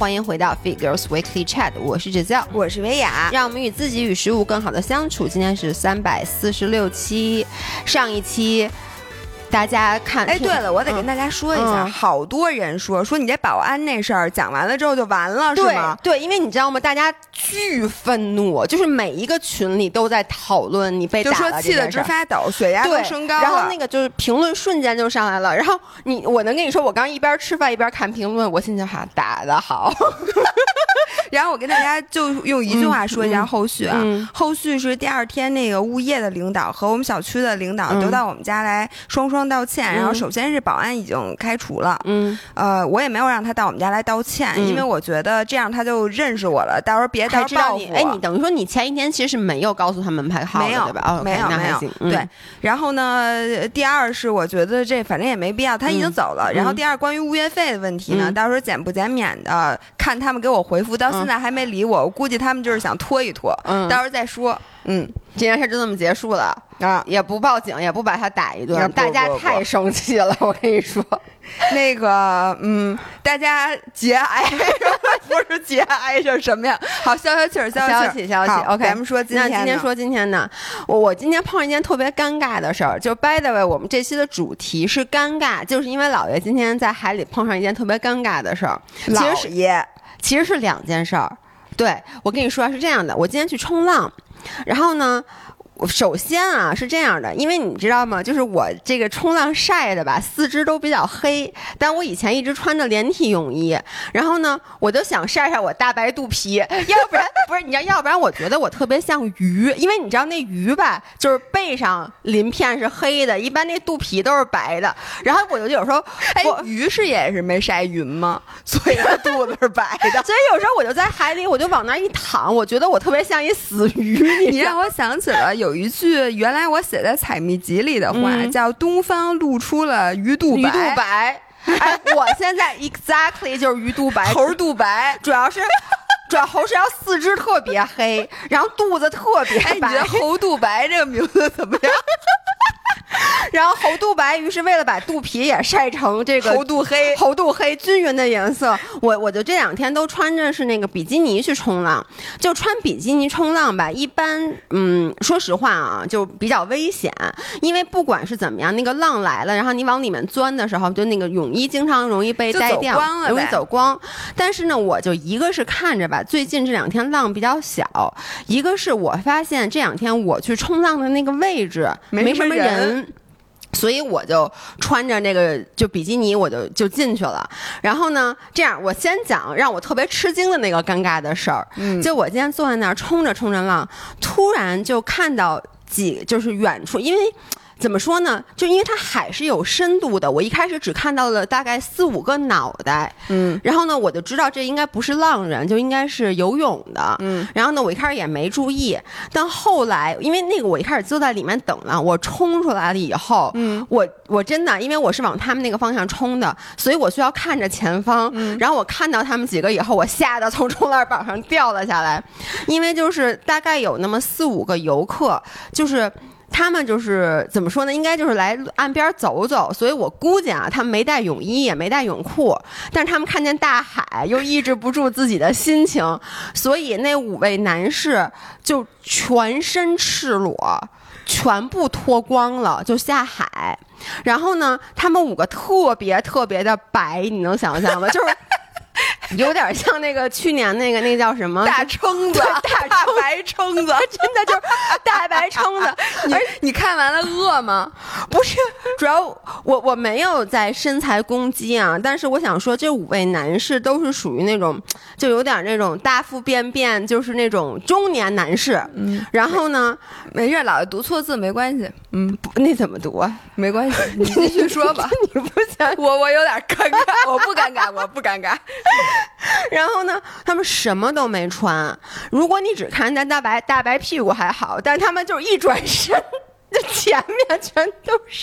欢迎回到 Fit Girls Weekly Chat， 我是Giselle， 我是维雅， 让我们与自己与食物更好的相处。今天是346期，上一期大家看， 对了，我得跟大家说一下，好多人说你这保安那事儿讲完了之后就完了，是吗？ 对，因为你知道吗？大家巨愤怒，就是每一个群里都在讨论你被打了这件事， 就说气得直发抖，血压都升高了。 然后那个就是评论瞬间就上来了，然后我能跟你说，我刚一边吃饭一边看评论，我心情哈打得好。 然后我跟大家就用一句话说一下后续啊，后续是第二天那个物业的领导和我们小区的领导都到我们家来双双道歉。然后首先是保安已经开除了，我也没有让他到我们家来道歉，因为我觉得这样他就认识我了，到时候别到时候报复我。 你等于说你前一天其实是没有告诉他们门牌号的，对吧？ 没有，对。然后呢，第二是我觉得这反正也没必要，他已经走了。然后第二，关于物业费的问题呢，到时候减不减免的，看他们给我回复，到现在还没理我，我估计他们就是想拖一拖，到时候再说。 这件事就这么结束了啊，也不报警，也不把他打一顿，大家太生气了，我跟你说。 那个大家节哀，不是节哀，是什么呀？好，消消气儿。OK， 咱们说今天呢，我今天碰上一件特别尴尬的事儿，就 by the way， 我们这期的主题是尴尬，就是因为姥爷今天在海里碰上一件特别尴尬的事儿。其实是两件事儿。对，我跟你说是这样的，我今天去冲浪，然后呢。首先啊是这样的，因为你知道吗，就是我这个冲浪晒的吧，四肢都比较黑，但我以前一直穿着连体泳衣，然后呢我就想晒晒我大白肚皮，要不然不是你知道，要不然我觉得我特别像鱼，因为你知道那鱼吧，就是背上鳞片是黑的，一般那肚皮都是白的，然后我就有时候鱼是也是没晒匀吗？所以它肚子是白的， 所以有时候我就在海里，我就往那一躺，我觉得我特别像一死鱼。 你让我想起了有一句原来我写在采蜜集里的话，叫东方露出了鱼肚白。 哎，我现在 exactly 就是鱼肚白， 猴肚白， 主要猴是要四肢特别黑，然后肚子特别白。 你觉得猴肚白这个名字怎么样？ 然后猴肚白，于是为了把肚皮也晒成这个猴肚黑均匀的颜色，我就这两天都穿着是那个比基尼去冲浪。就穿比基尼冲浪吧，一般说实话啊，就比较危险，因为不管是怎么样，那个浪来了，然后你往里面钻的时候，就那个泳衣经常容易被带掉，容易走光。但是呢，我就一个是看着吧，最近这两天浪比较小，一个是我发现这两天我去冲浪的那个位置没什么人。所以我就穿着那个就比基尼，我就进去了。然后呢，这样我先讲让我特别吃惊的那个尴尬的事儿。就我今天坐在那儿冲着浪，突然就看到就是远处，因为。怎么说呢？就因为它海是有深度的，我一开始只看到了大概4-5个脑袋，然后呢，我就知道这应该不是浪人，就应该是游泳的，然后呢，我一开始也没注意，但后来因为那个我一开始坐在里面等了，我冲出来了以后，我真的因为我是往他们那个方向冲的，所以我需要看着前方，然后我看到他们几个以后，我吓得从冲浪板上掉了下来，因为就是大概有那么4-5个游客，就是他们就是怎么说呢？应该就是来岸边走走，所以我估计啊，他们没带泳衣，也没带泳裤，但是他们看见大海，又抑制不住自己的心情，所以那5位男士就全身赤裸，全部脱光了就下海。然后呢，他们5个特别特别的白，你能想象吗？就是。有点像那个去年那个叫什么大蛏子，大白蛏子， 真的就是大白蛏子。 你看完了饿吗？ 不是，主要我没有在身材攻击啊，但是我想说，这5位男士都是属于那种就有点那种大腹便便，就是那种中年男士。然后呢， 没事，老爷读错字没关系。 那怎么读啊？ 没关系，你继续说吧。 你不想我有点尴尬，我不尴尬。 然后呢，他们什么都没穿。如果你只看见大白屁股还好，但他们就是一转身，就前面全都是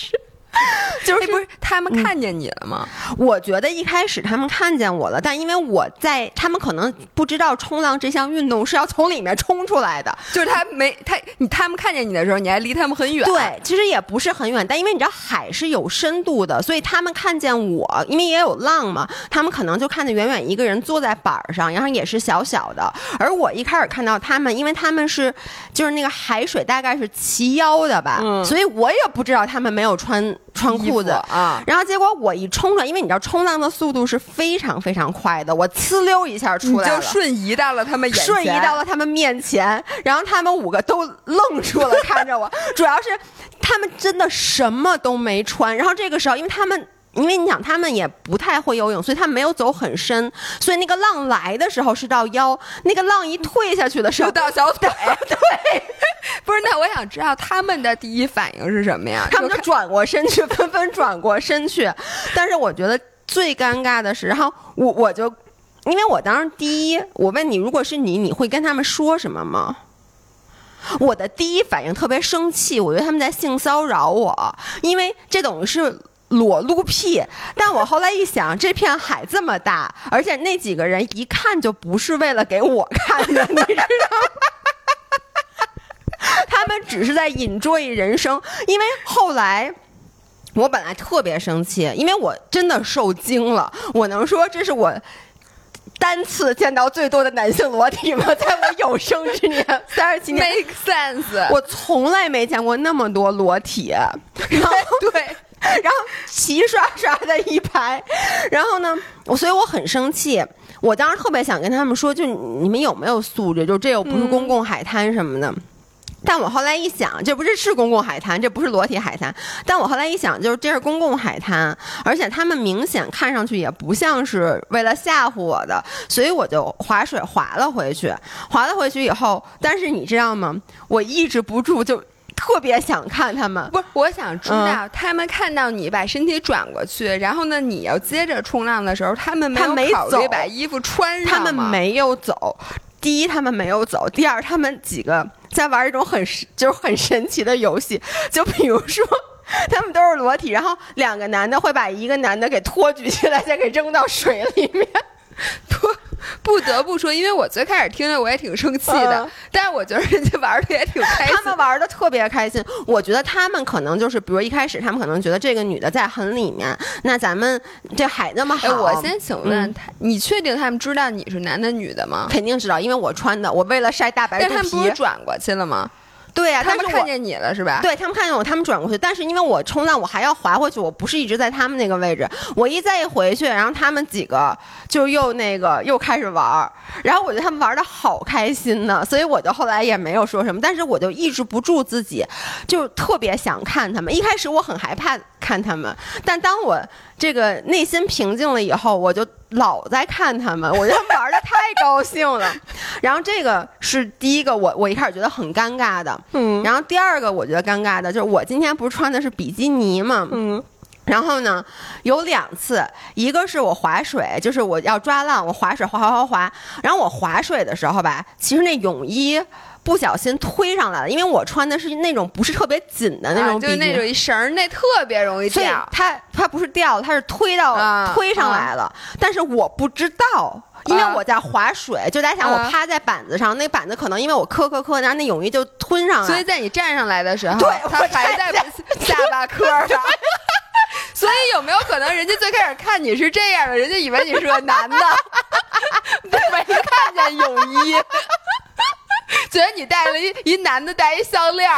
就是不是他们看见你了吗？ 我觉得一开始他们看见我了，但因为他们可能不知道冲浪这项运动是要从里面冲出来的， 就是他们看见你的时候，你还离他们很远。 对，其实也不是很远，但因为你知道海是有深度的，所以他们看见我，因为也有浪嘛，他们可能就看见远远一个人坐在板上，然后也是小小的。而我一开始看到他们，因为他们就是那个海水大概是齐腰的吧，所以我也不知道他们没有穿裤子啊。 然后结果我一冲出来，因为你知道冲浪的速度是非常非常快的，我呲溜一下出来了， 你就瞬移到了他们面前，然后他们5个都愣住了看着我，主要是他们真的什么都没穿。然后这个时候因为你想他们也不太会游泳，所以他们没有走很深，所以那个浪来的时候是到腰，那个浪一退下去的时候就到小腿。 对， 不是，那我想知道他们的第一反应是什么呀？ 他们就转过身去，纷纷转过身去。但是我觉得最尴尬的是，然后我就因为我当时我问你，如果是你会跟他们说什么吗？我的第一反应特别生气，我觉得他们在性骚扰我，因为这等于是裸露癖。但我后来一想，这片海这么大，而且那几个人一看就不是为了给我看的，你知道吗？他们只是在enjoy人生。因为后来我本来特别生气，因为我真的受惊了，我能说这是我单次见到最多的男性裸体吗？在我有生之年37年 ，make sense， 我从来没见过那么多裸体，然后对， 然后齐刷刷的一排，然后呢，所以我很生气。我当时特别想跟他们说，就你们有没有素质？就这又不是公共海滩什么的。但我后来一想，这不是公共海滩，这不是裸体海滩。但我后来一想，就是这是公共海滩，而且他们明显看上去也不像是为了吓唬我的，所以我就划水划了回去。划了回去以后，但是你知道吗？我抑制不住就特别想看他们。 不是，我想知道、他们看到你把身体转过去，然后呢，你要接着冲浪的时候，他们没有考虑把衣服穿上吗？ 他们没有走。第一，他们没有走；第二，他们几个在玩一种很神奇的游戏，就比如说，他们都是裸体，然后2个男的会把一个男的给托举起来，再给扔到水里面。 不得不说，因为我最开始听着我也挺生气的，但是我觉得人家玩的也挺开心， 他们玩的特别开心。我觉得他们可能就是，比如一开始他们可能觉得这个女的在很里面，那咱们这海那么好。 我先请问你确定他们知道你是男的女的吗？ 肯定知道，因为我穿的，我为了晒大白肚皮。 但他们不是转过去了吗？ 对呀、 他们看见你了是吧？ 对，他们看见我，他们转过去。但是因为我冲浪，我还要滑回去，我不是一直在他们那个位置。我一再一回去，然后他们几个就又开始玩，然后我觉得他们玩的好开心呢，所以我就后来也没有说什么。但是我就抑制不住自己，就特别想看他们。一开始我很害怕看他们，但当我这个内心平静了以后，我就老在看他们，我觉得他们玩的太高兴了。然后这个是第一个我一开始觉得很尴尬的，然后第二个我觉得尴尬的就是我今天不是穿的是比基尼嘛，然后呢，有2次，一个是我划水，就是我要抓浪，我划水划，然后我划水的时候吧，其实那泳衣不小心推上来了，因为我穿的是那种不是特别紧的那种比基尼， 就是那种一绳那特别容易掉， 所以它不是掉，它是推上来了，但是我不知道。因为我在划水，就在想我趴在板子上，那板子可能因为我磕，然后那泳衣就吞上来， 所以在你站上来的时候， 对， 他还在下巴磕上。所以有没有可能人家最开始看你是这样的，人家以为你是个男的，没看见泳衣，觉得你戴了一男的戴一项链。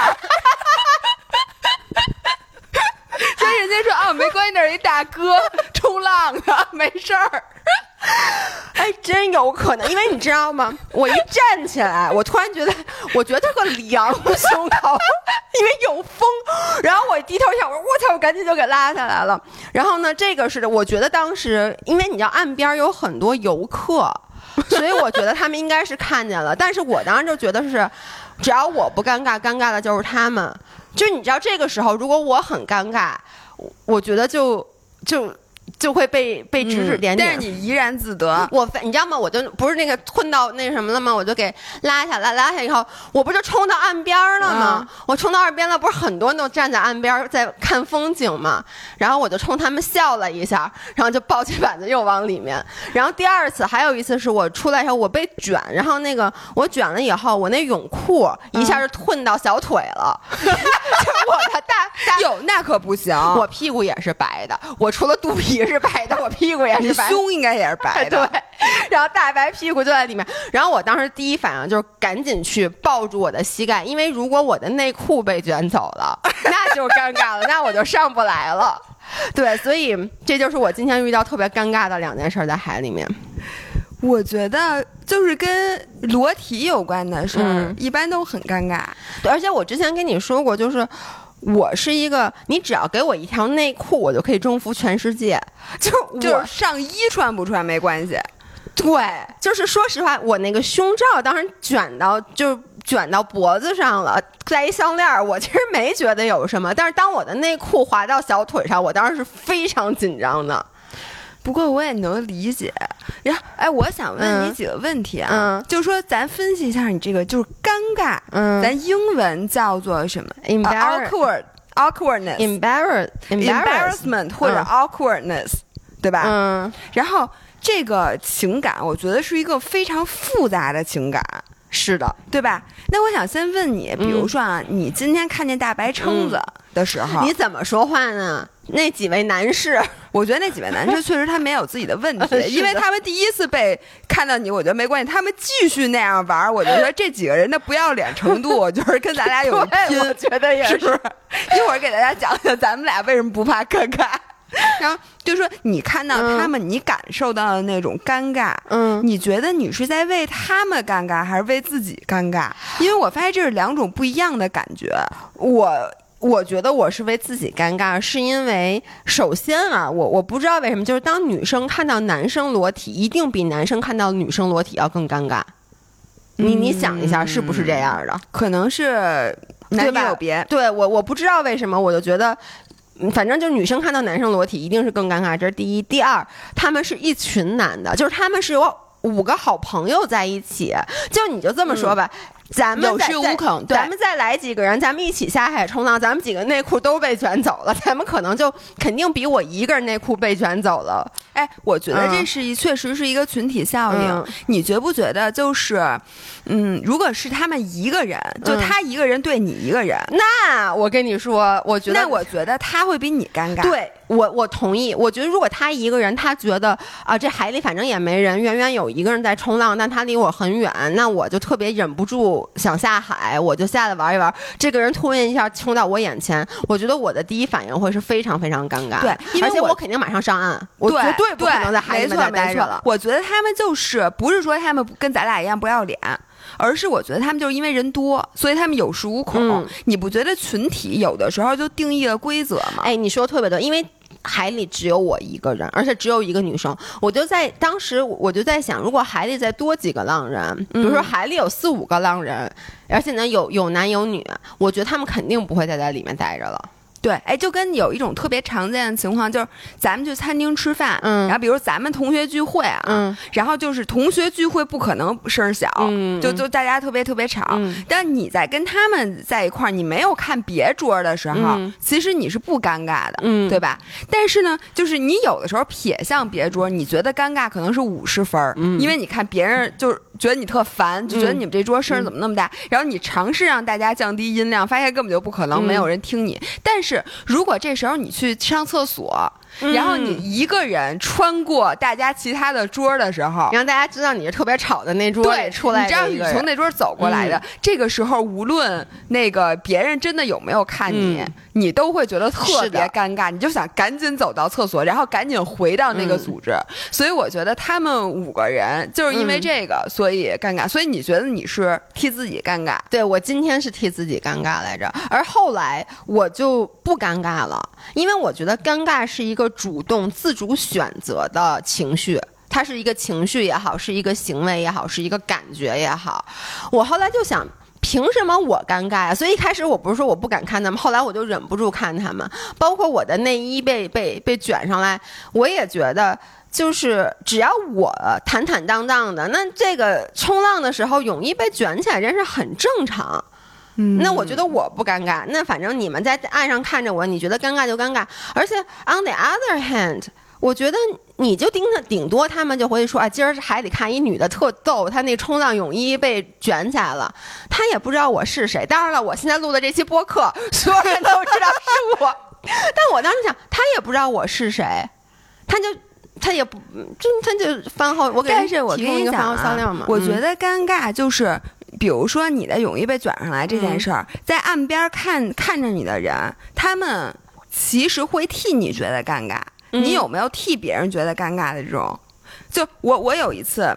所以人家说啊，没关系，那是一大哥冲浪的，没事儿。 哎，真有可能，因为你知道吗？我一站起来，我突然觉得，我觉得特凉胸口，因为有风。然后我低头一想，我操，我赶紧就给拉下来了。然后呢，这个是我觉得当时，因为你知道岸边有很多游客，所以我觉得他们应该是看见了。但是我当时就觉得是，只要我不尴尬，尴尬的就是他们。就你知道，这个时候如果我很尴尬，我觉得就就会被指指点点， 但是你怡然自得。 你知道吗？我就不是那个困到那什么了吗？我就给拉下以后，我不就冲到岸边了吗？我冲到岸边了，不是很多人都站在岸边在看风景吗？然后我就冲他们笑了一下，然后就抱起板子又往里面。然后第二次还有一次是我出来以后我被卷，然后那个我卷了以后，我那泳裤一下就吞到小腿了，就我的大哟，那可不行， 我屁股也是白的，我除了肚皮是白的，我屁股也是白的， 你胸应该也是白的， 对，然后大白屁股就在里面。然后我当时第一反应就是赶紧去抱住我的膝盖，因为如果我的内裤被卷走了，那就尴尬了，那我就上不来了。对，所以这就是我今天遇到特别尴尬的2件事，在海里面。 我觉得就是跟裸体有关的事儿，一般都很尴尬。 对，而且我之前跟你说过，就是我是一个，你只要给我一条内裤，我就可以征服全世界。 就是上衣穿不穿没关系。 对，就是说实话，我那个胸罩当时卷到脖子上了，带一项链，我其实没觉得有什么。但是当我的内裤滑到小腿上，我当时是非常紧张的。 不过我也能理解。然后，哎，我想问你几个问题啊，就是说咱分析一下你这个就是尴尬，咱英文叫做什么？awkwardness、embarrassment 或者 awkwardness，对吧？然后这个情感，我觉得是一个非常复杂的情感。 是的， 对吧？那我想先问你，比如说啊，你今天看见大白蛏子的时候， 你怎么说话呢？那几位男士， 我觉得那几位男士确实他没有自己的问题，因为他们第一次被看到你，我觉得没关系，他们继续那样玩，我就觉得这几个人的不要脸程度，我就是跟咱俩有一拼， 我觉得也是。 一会儿给大家讲讲咱们俩为什么不怕尴尬。然后就说你看到他们，你感受到的那种尴尬，你觉得你是在为他们尴尬，还是为自己尴尬？因为我发现这是2种不一样的感觉。 我觉得我是为自己尴尬，是因为首先啊，我不知道为什么，就是当女生看到男生裸体，一定比男生看到女生裸体要更尴尬。你想一下，是不是这样的？ 可能是男女有别。 对，我不知道为什么，我就觉得。反正就是女生看到男生裸体一定是更尴尬，这是第一。第二，他们是一群男的，就是他们是有5个好朋友在一起，就你就这么说吧，咱们有恃无恐， 咱们再来几个人，咱们一起下海冲浪，咱们几个内裤都被卷走了，咱们可能就肯定比我一个人内裤被卷走了。 哎，我觉得这是确实是一个群体效应。你觉不觉得就是，如果是他们一个人，就他一个人对你一个人， 那我跟你说，我觉得他会比你尴尬。 对，我同意。我觉得如果他一个人，他觉得啊，这海里反正也没人，远远有一个人在冲浪，但他离我很远，那我就特别忍不住想下海，我就下来玩一玩。这个人突然一下冲到我眼前，我觉得我的第一反应会是非常非常尴尬。 对， 而且我肯定马上上岸，我绝对不可能在海里面再待着了。 我觉得他们就是不是说他们跟咱俩一样不要脸，而是我觉得他们就是因为人多，所以他们有恃无恐。你不觉得群体有的时候就定义了规则吗？ 哎，你说特别对，因为海里只有我一个人，而且只有一个女生。当时我就在想，如果海里再多几个浪人，比如说海里有4、5个浪人，而且呢有男有女，我觉得他们肯定不会再在里面待着了。 对，哎，就跟有一种特别常见的情况，就是咱们去餐厅吃饭，然后比如咱们同学聚会啊，然后就是同学聚会不可能声小，就大家特别特别吵，但你在跟他们在一块儿，你没有看别桌的时候，其实你是不尴尬的，对吧？但是呢，就是你有的时候瞥向别桌，你觉得尴尬可能是50分，因为你看别人就是觉得你特烦，就觉得你们这桌声怎么那么大，然后你尝试让大家降低音量，发现根本就不可能，没有人听你，但是如果这时候你去上厕所，然后你一个人穿过大家其他的桌的时候， 让大家知道你是特别吵的那桌里出来的一个人， 你知道你从那桌走过来的，这个时候无论那个别人真的有没有看你，你都会觉得特别尴尬，你就想赶紧走到厕所，然后赶紧回到那个组织。所以我觉得他们5个人就是因为这个，所以尴尬。所以你觉得你是替自己尴尬？ 对，我今天是替自己尴尬来着，而后来我就不尴尬了，因为我觉得尴尬是一个主动自主选择的情绪，它是一个情绪也好，是一个行为也好，是一个感觉也好。我后来就想， 凭什么我尴尬呀？所以一开始我不是说我不敢看他们，后来我就忍不住看他们，包括我的内衣被卷上来，我也觉得就是只要我坦坦荡荡的，那这个冲浪的时候泳衣被卷起来真是很正常。那我觉得我不尴尬，那反正你们在岸上看着我，你觉得尴尬就尴尬。而且 on the other hand， 我觉得你就顶多他们就会说啊，今儿海里看一女的特逗，她那冲浪泳衣被卷起来了，她也不知道我是谁。当然了，我现在录的这期播客，所有人都知道是我，但我当时想，她也不知道我是谁，他也不，他就番号，我给但是我提供一个番号销量嘛。 我觉得尴尬就是，比如说你的泳衣被卷上来这件事儿，在岸边看着你的人，他们其实会替你觉得尴尬。你有没有替别人觉得尴尬的这种？就我有一次，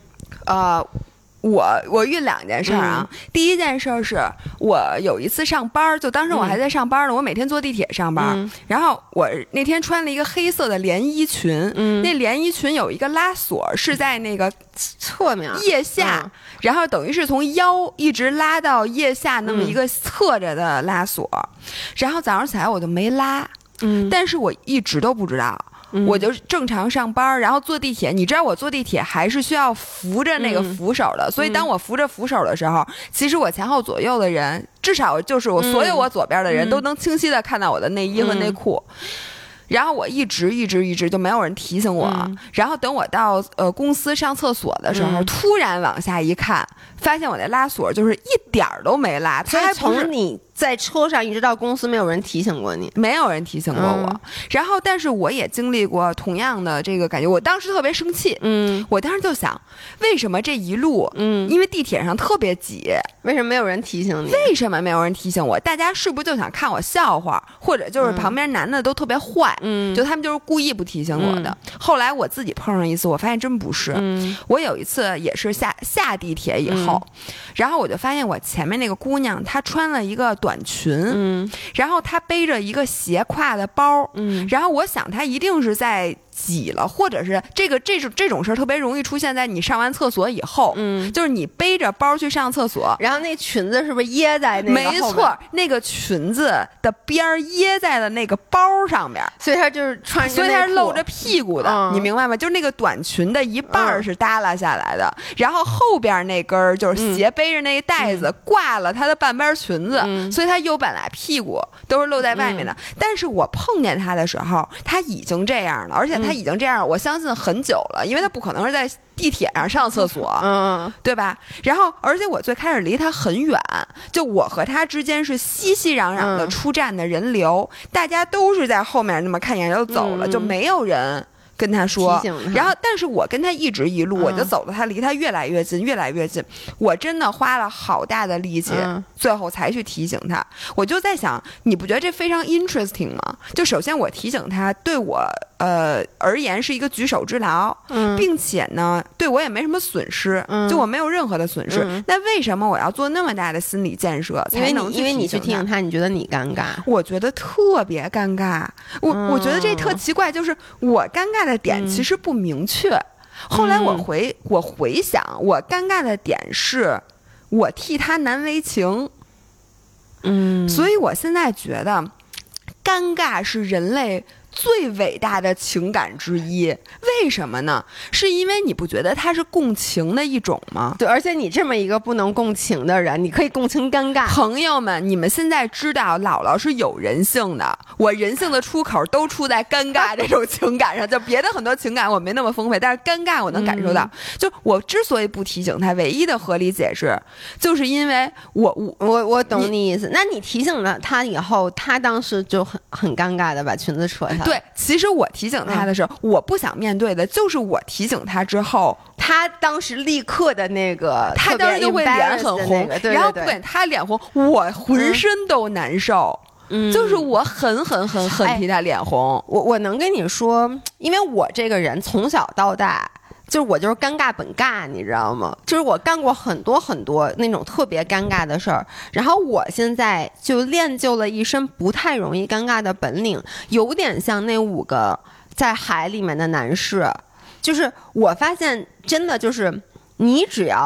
我遇2件事啊。第一件事是我有一次上班，就当时我还在上班呢，我每天坐地铁上班，然后我那天穿了一个黑色的连衣裙，那连衣裙有一个拉锁是在那个侧面腋下，然后等于是从腰一直拉到腋下那么一个侧着的拉锁，然后早上起来我就没拉，但是我一直都不知道。我就正常上班，然后坐地铁，你知道我坐地铁还是需要扶着那个扶手的，所以当我扶着扶手的时候，其实我前后左右的人，至少就是我所有我左边的人都能清晰的看到我的内衣和内裤。然后我一直就没有人提醒我，然后等我到公司上厕所的时候，突然往下一看，发现我那拉锁就是一点儿都没拉， 所以从你在车上一直到公司，没有人提醒过你， 没有人提醒过我。然后，但是我也经历过同样的这个感觉，我当时特别生气。我当时就想，为什么这一路，因为地铁上特别挤， 为什么没有人提醒你？ 为什么没有人提醒我？大家是不是就想看我笑话，或者就是旁边男的都特别坏，就他们就是故意不提醒我的。后来我自己碰上一次，我发现真不是。我有一次也是下地铁以后，然后我就发现我前面那个姑娘，她穿了一个短裙，然后她背着一个斜挎的包，然后我想她一定是在挤了，或者是这种事儿特别容易出现在你上完厕所以后，就是你背着包去上厕所， 然后那裙子是不是掖在那个后面？ 没错，那个裙子的边儿掖在了那个包上面， 所以它就是穿着， 所以它是露着屁股的，你明白吗？就是那个短裙的一半是耷拉下来的，然后后边那根儿就是斜背着那带子挂了它的半边裙子，所以它右半拉屁股都是露在外面的。但是我碰见他的时候，他已经这样了，而且他已经这样，我相信很久了，因为他不可能是在地铁上上厕所，对吧？然后，而且我最开始离他很远，就我和他之间是熙熙攘攘的出站的人流，大家都是在后面那么看一眼就走了，就没有人跟他说。然后，但是我跟他一直一路，我就走了，他离他越来越近，越来越近。我真的花了好大的力气，最后才去提醒他。我就在想，你不觉得这非常 interesting 吗？就首先我提醒他，对我而言是一个举手之劳，并且呢，对我也没什么损失，就我没有任何的损失。那为什么我要做那么大的心理建设才能？ 因为你去提醒他，你觉得你尴尬？ 我觉得特别尴尬。我觉得这特奇怪，就是我尴尬的点其实不明确。后来我回想，我尴尬的点是我替他难为情。所以我现在觉得，尴尬是人类最伟大的情感之一。为什么呢？是因为你不觉得它是共情的一种吗？ 对，而且你这么一个不能共情的人，你可以共情尴尬。 朋友们，你们现在知道姥姥是有人性的，我人性的出口都出在尴尬这种情感上，就别的很多情感我没那么丰沛，但是尴尬我能感受到。就我之所以不提醒他，唯一的合理解释就是因为我懂你意思。那你提醒了他以后，他当时就很尴尬的把裙子扯下来。 对，其实我提醒他的时候，我不想面对的就是我提醒他之后， 他当时立刻的那个， 他当时就会脸很红， 对， 然后不管他脸红，我浑身都难受。就是我很替他脸红。 我能跟你说，因为我这个人从小到大，就是我就是尴尬本尬，你知道吗？就是我干过很多那种特别尴尬的事儿，然后我现在就练就了一身不太容易尴尬的本领，有点像那5个在海里面的男士。就是我发现真的就是你只要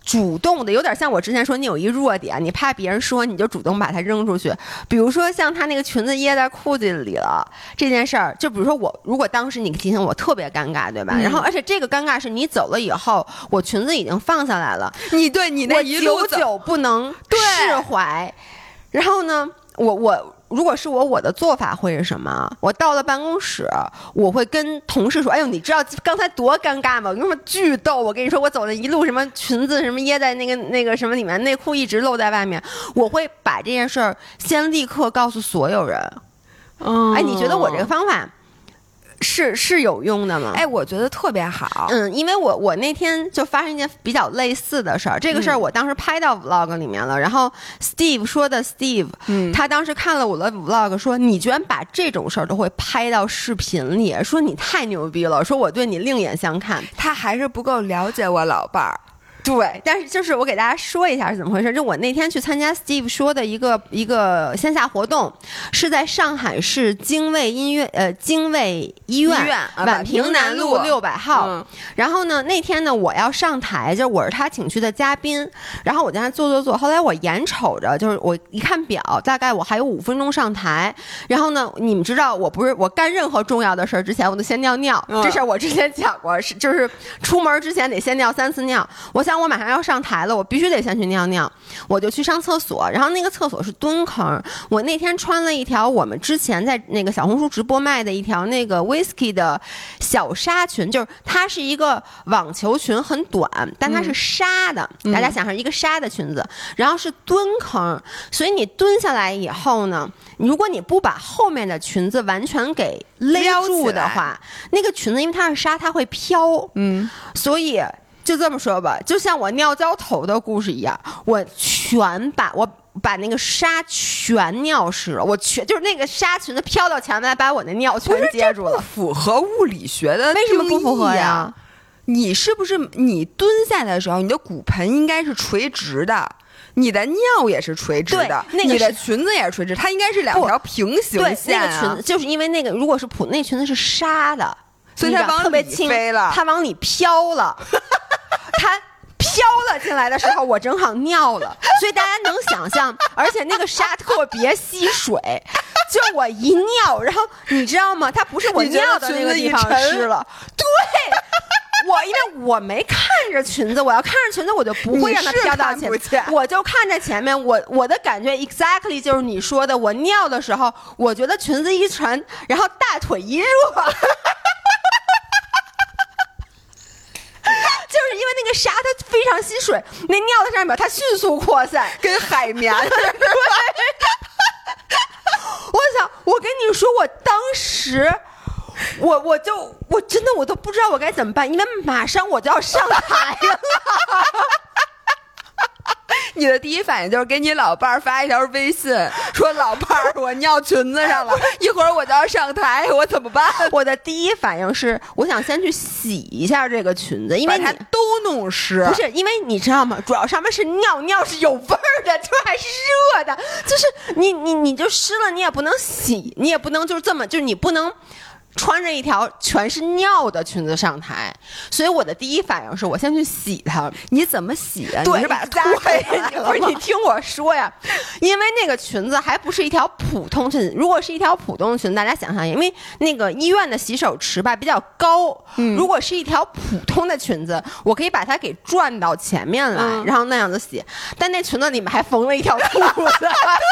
主动的，有点像我之前说你有一弱点，你怕别人说你就主动把它扔出去。比如说像他那个裙子掖在裤子里了这件事儿，就比如说我如果当时你提醒我特别尴尬，对吧？然后而且这个尴尬是你走了以后，我裙子已经放下来了， 你那一路我久久不能释怀。然后呢，我如果是我的做法会是什么？我到了办公室，我会跟同事说：“哎呦，你知道刚才多尴尬吗？我跟你说巨逗！我跟你说，我走了一路什么裙子什么掖在那个什么里面，内裤一直露在外面。”我会把这件事儿先立刻告诉所有人。哎，你觉得我这个方法是有用的吗？ 哎，我觉得特别好。 因为我那天就发生一件比较类似的事儿，这个事儿我当时拍到 vlog 里面了。然后 Steve 说的 Steve，他当时看了我的 vlog，说你居然把这种事儿都会拍到视频里，说你太牛逼了，说我对你另眼相看。 他还是不够了解我老伴儿。 对，但是就是我给大家说一下是怎么回事。就我那天去参加 Steve 说的一个线下活动，是在上海市精卫医院宛平南路600号。然后呢，那天呢我要上台，就是我是他请去的嘉宾，然后我在那坐。后来我眼瞅着，就是我一看表，大概我还有5分钟上台。然后呢，你们知道我干任何重要的事儿之前，我都先尿。这事儿我之前讲过，就是出门之前得先尿3次尿。我想我马上要上台了，我必须得先去尿尿，我就去上厕所。然后那个厕所是蹲坑，我那天穿了一条我们之前在那个小红书直播卖的一条那个 whisky 的小纱裙，就是它是一个网球裙，很短，但它是纱的，大家想象一个纱的裙子，然后是蹲坑，所以你蹲下来以后呢，如果你不把后面的裙子完全给勒住的话，那个裙子因为它是纱，它会飘，所以就这么说吧，就像我尿浇头的故事一样，我把那个纱全尿湿了，就是那个纱裙子飘到前面，把我的尿全接住了。 不符合物理学的定义。 为什么不符合呀？ 你是不是你蹲下的时候，你的骨盆应该是垂直的？你的尿也是垂直的，你的裙子也是垂直，它应该是2条平行线。 那个裙子就是因为那个，如果是那裙子是纱的， 所以它往里飞了， 它往里飘了。它飘了进来的时候，我正好尿了，所以大家能想象，而且那个纱特别吸水，就我一尿，然后你知道吗？它不是我尿的那个地方湿了，对。因为我没看着裙子，我要看着裙子，我就不会让它飘到前面，我就看着前面。我的感觉 exactly 就是你说的，我尿的时候，我觉得裙子一沉，然后大腿一热。就是因为那个纱它非常吸水，那尿在上面它迅速扩散， 跟海绵似的。 我跟你说，我当时我真的我都不知道我该怎么办，因为马上我就要上台了。 你的第一反应就是给你老伴儿发一条微信，说老伴儿，我尿裙子上了，一会儿我就要上台，我怎么办？ 我的第一反应是，我想先去洗一下这个裙子，因为把它都弄湿。 不是，因为你知道吗？主要上面是尿是有味儿的，这还是热的，就是你就湿了，你也不能洗，你也不能就是这么，就是你不能穿着一条全是尿的裙子上台，所以我的第一反应是我先去洗它。 你怎么洗啊？ 对， 你是把它脱开了？ 不是，你听我说呀，因为那个裙子还不是一条普通裙子。如果是一条普通的裙子，大家想象，因为那个医院的洗手池吧比较高，如果是一条普通的裙子，我可以把它给转到前面来，然后那样子洗。但那裙子里面还缝了一条裤子，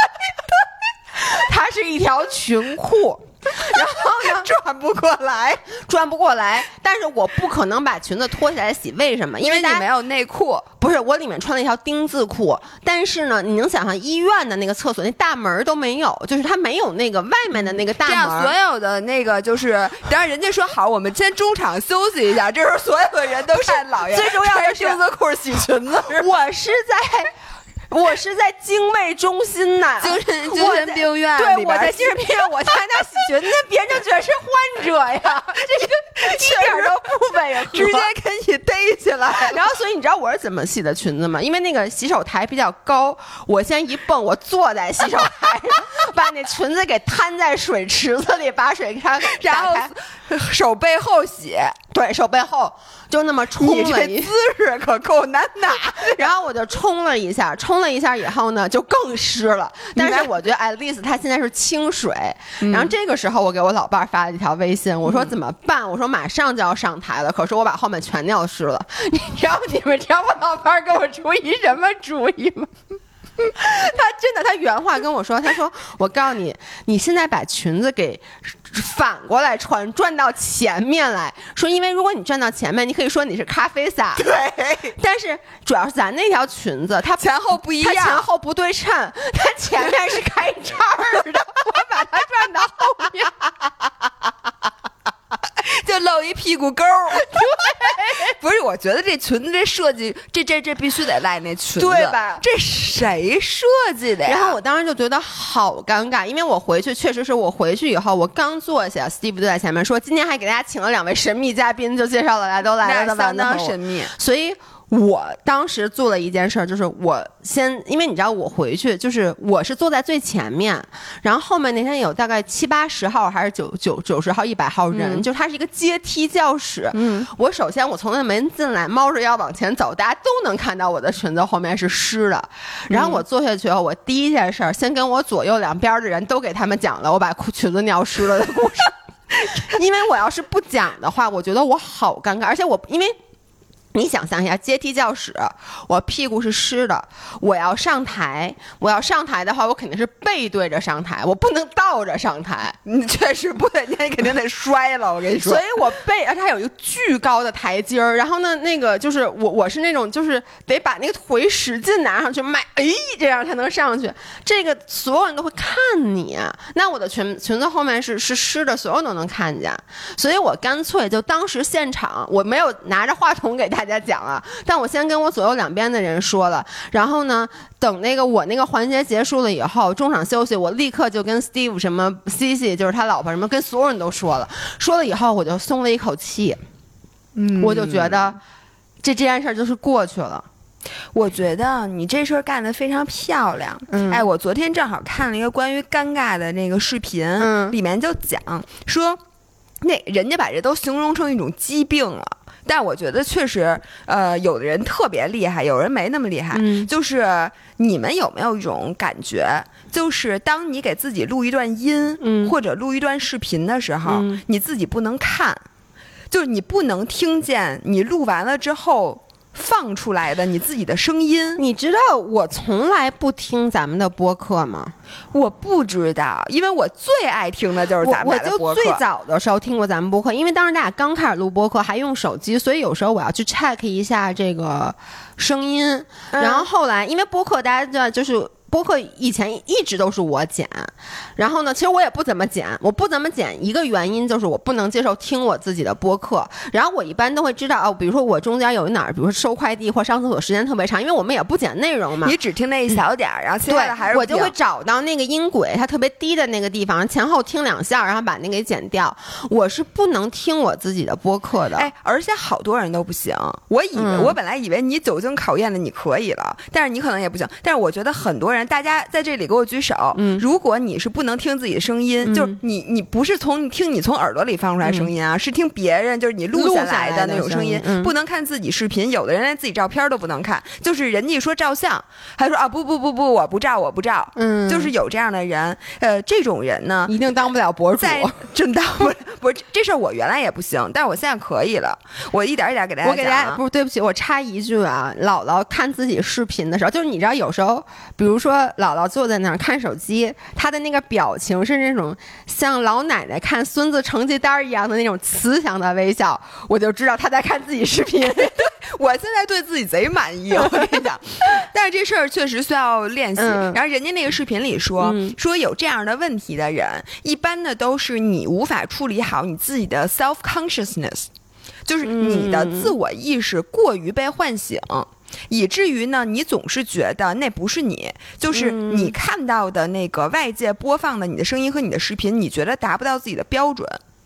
它是一条裙裤。然后呢， 转不过来， 但是我不可能把裙子脱下来洗，为什么？ 因为你没有内裤。 不是，我里面穿了一条丁字裤，但是呢，你能想象医院的那个厕所那大门都没有，就是它没有那个外面的那个大门。 这样所有的那个就是，当然人家说好，我们先中场休息一下，这时候所有的人都看老爷， 最重要的是丁字裤洗裙子。 我是在精卫中心呐， 精神病院。 对，我在精神病院，我在那洗裙子，别人就觉得是患者呀。 一点都不违和， 直接给你逮起来。 然后，所以你知道我是怎么洗的裙子吗？因为那个洗手台比较高，我先一蹦，我坐在洗手台上，把那裙子给摊在水池子里，把水开， 然后手背后洗， 对手背后就那么冲了一， 你这姿势可够难打。 然后我就冲了一下以后呢，就更湿了。但是我觉得 at least 它现在是清水。然后这个时候我给我老伴儿发了一条微信，我说怎么办？我说马上就要上台了，可是我把后面全尿湿了。你们知道我老伴儿给我出一什么主意吗？他原话跟我说，他说我告诉你，你现在把裙子给反过来穿，转到前面来说，因为如果你转到前面，你可以说你是咖啡色， 对， 但是主要是咱那条裙子它前后不一样， 它前后不对称，它前面是开叉的，我把它转到后面就露一屁股沟。不是，我觉得这裙子这设计，这必须得赖那裙子， 对吧？ 这谁设计的呀？ 然后我当时就觉得好尴尬，因为我回去确实是我回去以后，我刚坐下 ，Steve 就在前面说，今天还给大家请了2位神秘嘉宾，就介绍了都来了的， 相当神秘， 所以。我当时做了一件事，就是我先，因为你知道我回去就是我是坐在最前面，然后后面那天有大概70、80号还是90号、100号人，就它是一个阶梯教室。我首先我从那门进来，猫着腰往前走，大家都能看到我的裙子后面是湿的。然后我坐下去后，我第一件事先跟我左右两边的人都给他们讲了我把裙子尿湿了的故事，因为我要是不讲的话，我觉得我好尴尬，而且因为。你想象一下，阶梯教室，我屁股是湿的，我要上台的话，我肯定是背对着上台，我不能倒着上台。 你确实不得，你肯定得摔了，我跟你说。 所以我而且它有一个巨高的台阶儿，然后呢，那个就是我是那种就是得把那个腿使劲拿上去，这样才能上去。这个所有人都会看你，那我的裙子后面是湿的，所有人都能看见。所以我干脆就当时现场，我没有拿着话筒给大家讲啊，但我先跟我左右两边的人说了，然后呢，等我那个环节结束了以后，中场休息，我立刻就跟 Steve 什么 Cici 就是他老婆什么，跟所有人都说了以后，我就松了一口气，我就觉得这件事就是过去了。 我觉得你这事儿干得非常漂亮。哎，我昨天正好看了一个关于尴尬的那个视频，里面就讲说，那人家把这都形容成一种疾病了。但我觉得确实，有的人特别厉害，有人没那么厉害。就是你们有没有一种感觉，就是当你给自己录一段音，或者录一段视频的时候，你自己不能看，就是你不能听见你录完了之后放出来的你自己的声音。 你知道我从来不听咱们的播客吗？ 我不知道，因为我最爱听的就是咱们的播客。 我就最早的时候听过咱们播客，因为当时大家刚开始录播客还用手机，所以有时候我要去 check 一下这个声音。然后后来因为播客大家知道就是播客以前一直都是我剪，然后呢，其实我也不怎么剪，我不怎么剪一个原因就是我不能接受听我自己的播客。然后我一般都会知道比如说我中间有哪儿，比如说收快递或上厕所时间特别长，因为我们也不剪内容嘛， 你只听那一小点然后其他的还是我就会找到那个音轨它特别低的那个地方，前后听2下，然后把那个给剪掉。我是不能听我自己的播客的。 哎，而且好多人都不行。我本来以为你久经考验了你可以了，但是你可能也不行。但是我觉得很多人，大家在这里给我举手。如果你是不能听自己的声音，就是你不是听你从耳朵里放出来声音啊，是听别人就是你录下来的那种声音，不能看自己视频。有的人连自己照片都不能看，就是人家说照相，还说啊不，我不照，就是有这样的人。这种人呢， 一定当不了博主， 真当不是这事儿，我原来也不行，但是我现在可以了。我一点一点给大家讲。我给大家不是对不起，我插一句啊，姥姥看自己视频的时候，就是你知道有时候，比如说姥姥坐在那儿看手机，她的那个表情是那种像老奶奶看孙子成绩单一样的那种慈祥的微笑，我就知道她在看自己视频。 我现在对自己贼满意，我跟你讲。但是这事儿确实需要练习。然后人家那个视频里说有这样的问题的人，一般的都是你无法处理好你自己的 self consciousness， 就是你的自我意识过于被唤醒，以至于呢，你总是觉得那不是你，就是你看到的那个外界播放的你的声音和你的视频，你觉得达不到自己的标准。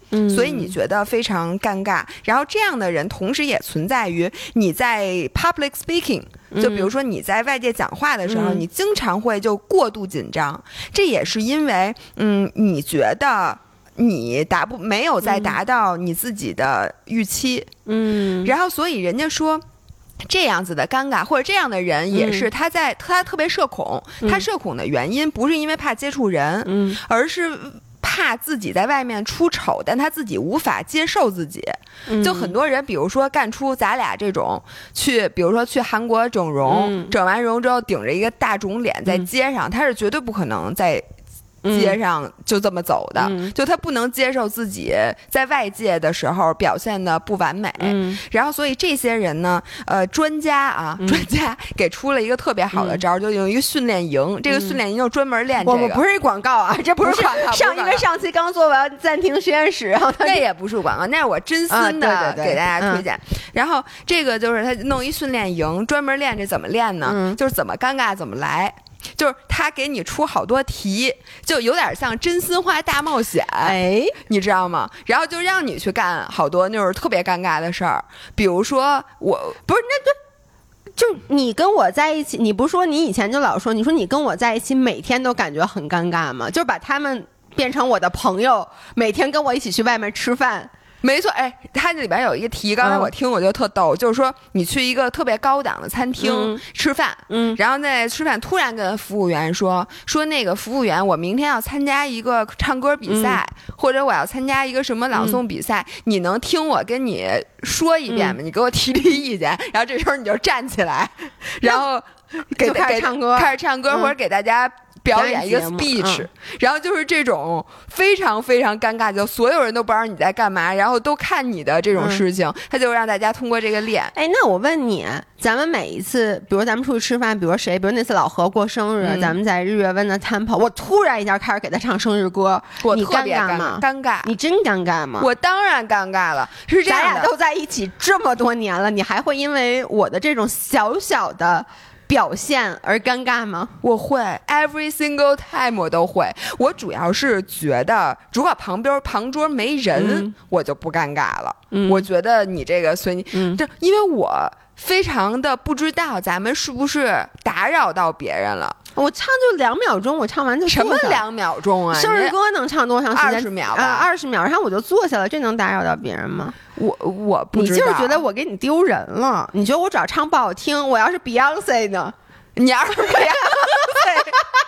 所以你觉得非常尴尬。然后这样的人同时也存在于你在 public speaking，就比如说你在外界讲话的时候，你经常会就过度紧张，这也是因为你觉得你没有再达到你自己的预期，然后所以人家说这样子的尴尬或者这样的人也是他特别社恐，他社恐的原因不是因为怕接触人，而是怕自己在外面出丑，但他自己无法接受自己。就很多人比如说干出咱俩这种比如说去韩国整容，整完容之后顶着一个大肿脸在街上，他是绝对不可能在街上就这么走的，就他不能接受自己在外界的时候表现的不完美，然后所以这些人呢，专家给出了一个特别好的招，就有一个训练营，这个训练营就专门练这个。 我们不是广告啊，这不是广告。因为上期刚做完暂停实验室，然后那也不是广告，那是我真心的给大家推荐。然后这个就是他弄一训练营，专门练这怎么练呢？就是怎么尴尬怎么来。就是他给你出好多题，就有点像真心话大冒险，你知道吗？然后就让你去干好多那种特别尴尬的事儿，比如说我不是那就你跟我在一起，你不是说你以前就老说，你说你跟我在一起每天都感觉很尴尬吗？就把他们变成我的朋友，每天跟我一起去外面吃饭。 没错，它这里边有一个题，刚才我听我就特逗，就是说你去一个特别高档的餐厅吃饭，然后在吃饭突然跟服务员说那个服务员，我明天要参加一个唱歌比赛，或者我要参加一个什么朗诵比赛，你能听我跟你说一遍吗？你给我提意见。然后这时候你就站起来，然后开始唱歌， 或者给大家表演一个 speech，然后就是这种非常非常尴尬，就所有人都不知道你在干嘛，然后都看你的这种事情，他就让大家通过这个练。 那我问你，咱们每一次，比如咱们出去吃饭，比如那次老何过生日，咱们在日月温的 Temple， 我突然一下开始给他唱生日歌，你特别尴尬吗？ 尴尬， 你真尴尬吗？ 我当然尴尬了，是这样的， 咱俩都在一起这么多年了，你还会因为我的这种小小的表现而尴尬吗？ 我会 every single time 我都会。我主要是觉得如果旁桌没人，我就不尴尬了。我觉得你这个随你，就因为我非常的不知道咱们是不是打扰到别人了。 我唱就2秒钟，我唱完就什么2秒钟啊？ 生日歌能唱多长时间 ？20秒吧 ，20秒，然后我就坐下了，这能打扰到别人吗？ 我不知道。 你就是觉得我给你丢人了？你觉得我只要唱不好听，我要是 Beyonce 呢？ 你要是 Beyonce，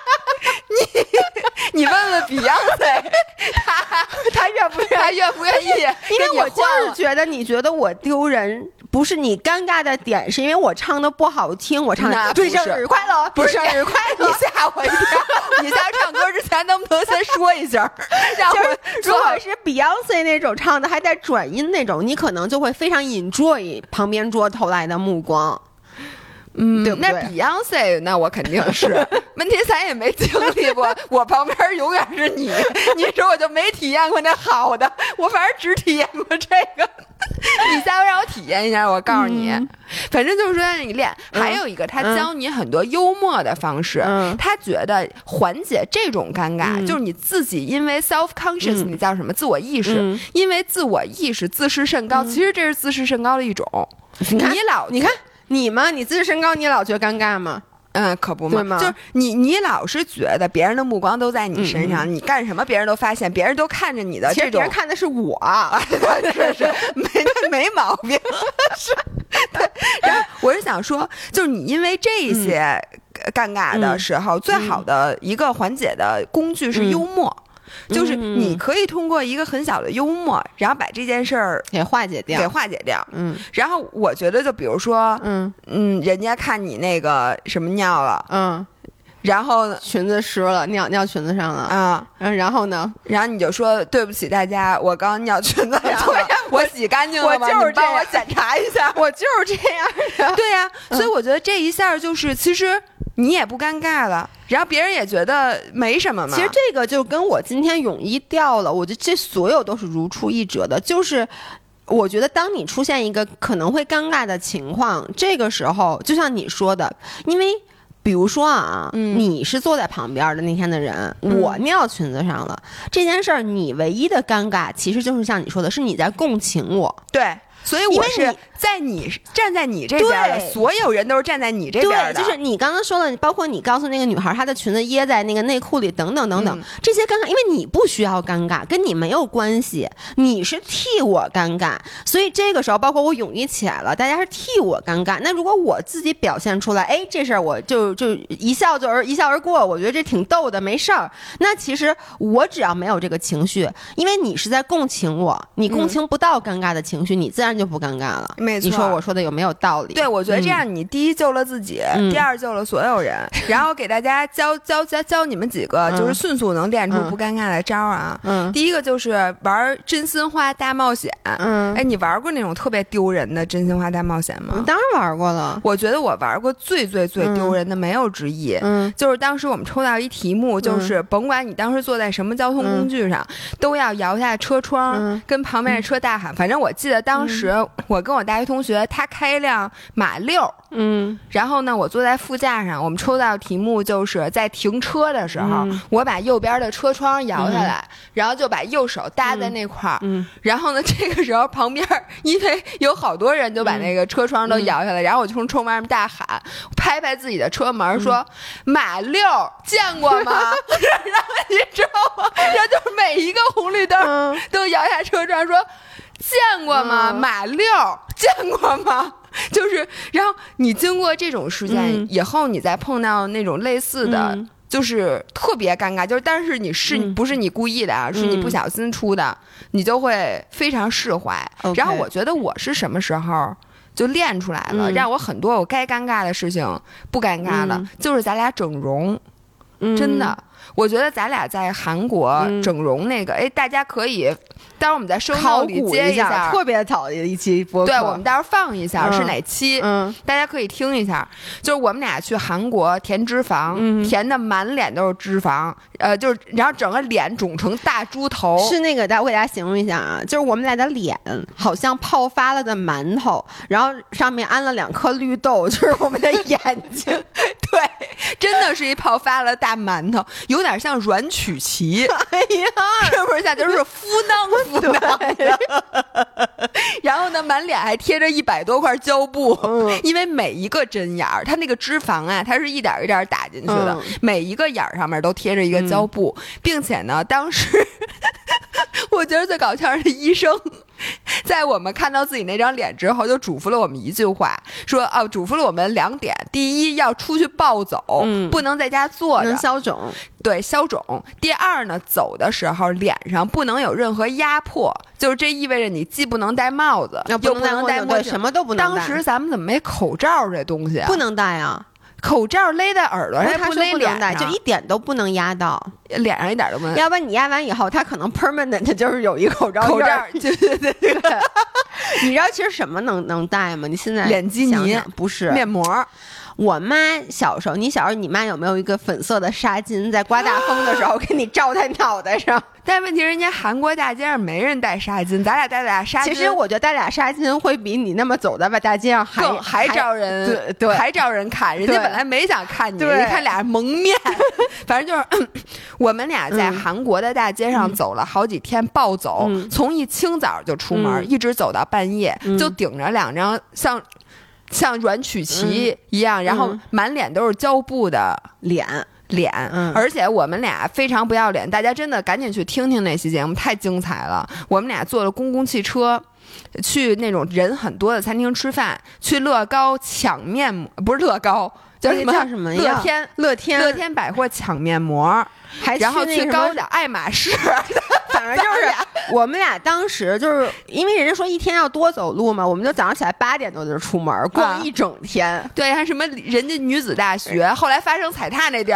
你问问 Beyonce， 他愿不愿意？ 因为我就是觉得，你觉得我丢人，不是你尴尬的点，是因为我唱的不好听，我唱的对生日快乐， 不是生日快乐，你吓我一跳！你在唱歌之前能不能先说一下？ 如果是 Beyonce 那种唱的还带转音那种，你可能就会非常 enjoy 旁边桌投来的目光。对不对？ 那 Beyonce 那我肯定是，问题咱也没经历过，我旁边永远是你说我就没体验过那好的，我反正只体验过这个。你下回让我体验一下，我告诉你，反正就是说让你练。还有一个，他教你很多幽默的方式，他觉得缓解这种尴尬，就是你自己因为 self conscious，你叫什么自我意识，因为自我意识自视甚高，其实这是自视甚高的一种。你看。 你吗？你自视甚高，你老觉得尴尬吗？ 可不嘛，就是你老是觉得别人的目光都在你身上，你干什么别人都发现，别人都看着你的， 其实别人看的是我， 是没毛病，是。对，然后我是想说，就是你因为这些尴尬的时候，最好的一个缓解的工具是幽默。就是你可以通过一个很小的幽默，然后把这件事儿给化解掉。 然后我觉得就比如说，人家看你那个什么尿了，然后裙子湿了，尿裙子上了啊，然后呢？ 然后你就说对不起大家，我刚尿裙子上了，我洗干净了吗？ 我就是帮我检查一下， 我就是这样的。 对呀，所以我觉得这一下就是其实。你也不尴尬了，然后别人也觉得没什么嘛。 其实这个就跟我今天泳衣掉了，我觉得这所有都是如出一辙的。就是我觉得当你出现一个可能会尴尬的情况，这个时候就像你说的，因为比如说啊，你是坐在旁边的那天的人，我尿裙子上了，这件事儿你唯一的尴尬其实就是像你说的，是你在共情我。 对，所以我是站在你这边的，所有人都是站在你这边的。 对，就是你刚刚说的，包括你告诉那个女孩她的裙子掖在那个内裤里等等等等，这些尴尬，因为你不需要尴尬，跟你没有关系，你是替我尴尬，所以这个时候包括我泳衣起来了，大家是替我尴尬。那如果我自己表现出来，哎，这事儿我就一笑而过，我觉得这挺逗的，没事儿。那其实我只要没有这个情绪，因为你是在共情我，你共情不到尴尬的情绪，你自然就不尴尬了。 没错， 你说我说的有没有道理？ 对，我觉得这样你第一救了自己，第二救了所有人，然后给大家教你们几个就是迅速能练出不尴尬的招啊。第一个就是玩真心话大冒险。哎，你玩过那种特别丢人的真心话大冒险吗？ 当然玩过了。 我觉得我玩过最丢人的没有之一。就是当时我们抽到一题目，就是甭管你当时坐在什么交通工具上，都要摇下车窗，跟旁边的车大喊。反正我记得当时我跟我大学同学，他开一辆马六，然后呢，我坐在副驾上，我们抽到题目就是在停车的时候，我把右边的车窗摇下来，然后就把右手搭在那块儿，然后呢，这个时候旁边因为有好多人就把那个车窗都摇下来，然后我就从窗外面大喊，拍拍自己的车门说：“马六见过吗？”然后你知道吗？然后就是每一个红绿灯都摇下车窗说。见过吗？马六见过吗？就是，然后你经过这种事件以后，你再碰到那种类似的，就是特别尴尬。就是，但是你是不是你故意的啊？是你不小心出的，你就会非常释怀。然后我觉得我是什么时候就练出来了，让我很多我该尴尬的事情不尴尬了，就是咱俩整容，真的。我觉得咱俩在韩国整容那个，哎，大家可以，待会儿我们在收脑里接一下， 特别早的一期播客， 对，我们待会儿放一下是哪期，大家可以听一下。就是我们俩去韩国填脂肪，填的满脸都是脂肪，就是然后整个脸肿成大猪头， 是那个，我给大家形容一下啊，就是我们俩的脸好像泡发了的馒头，然后上面安了2颗绿豆，就是我们的眼睛， 对，真的是一泡发了大馒头。有点像阮曲奇， 哎呀， 是不是像就是敷囊的？然后呢，满脸还贴着100多块胶布，因为每一个针眼儿，它那个脂肪啊，它是一点一点打进去的，每一个眼儿上面都贴着一个胶布，并且呢，当时我觉得最搞笑的医生。在我们看到自己那张脸之后，就嘱咐了我们一句话，说嘱咐了我们2点：第一，要出去暴走，不能在家坐着， 能消肿。 对，消肿。第二呢，走的时候脸上不能有任何压迫，就是这意味着你既不能戴帽子，又不能戴墨镜， 什么都不能戴。 当时咱们怎么没口罩这东西啊？ 不能戴啊。 口罩勒在耳朵上， 不勒脸上，就一点都不能压到脸上，一点都不能。 要不然你压完以后，它可能 permanent 就是有一口罩。 对。 你知道其实什么能戴吗？你现在脸基尼不是面膜。 我妈小时候，你小时候你妈有没有一个粉色的纱巾，在刮大风的时候给你罩在脑袋上？ 但问题人家韩国大街上没人戴纱巾，咱俩戴俩纱巾。 其实我觉得戴俩纱巾会比你那么走在大街上还招人，对，还招人看。人家本来没想看你，一看俩蒙面。反正就是我们俩在韩国的大街上走了好几天暴走，从一清早就出门，一直走到半夜，就顶着2张像阮曲奇一样，然后满脸都是胶布的脸，而且我们俩非常不要脸，大家真的赶紧去听听那期节目，太精彩了。我们俩坐了公共汽车，去那种人很多的餐厅吃饭，去乐高抢面膜，不是乐高，叫什么？乐天百货抢面膜，然后去高岛爱马仕。 反正就是我们俩当时就是因为人家说一天要多走路嘛，我们就早上起来8点多就出门逛一整天。 对，还什么人家女子大学，后来发生踩踏那地儿。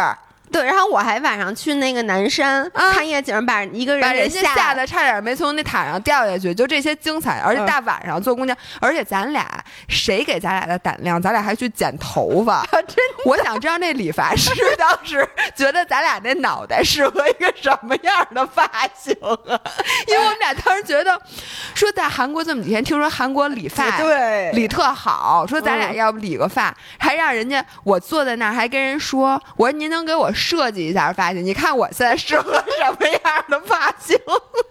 对，然后我还晚上去那个南山看夜景，把一个人把人家吓得差点没从那塔上掉下去，就这些精彩，而且大晚上坐公交，而且咱俩谁给咱俩的胆量，咱俩还去剪头发。我想知道那理发师当时觉得咱俩那脑袋适合一个什么样的发型啊？因为我们俩当时觉得说在韩国这么几天，听说韩国理发对理特好，说咱俩要不理个发，还让人家我坐在那儿还跟人说，我说您能给我设计一下发型？你看我现在适合什么样的发型？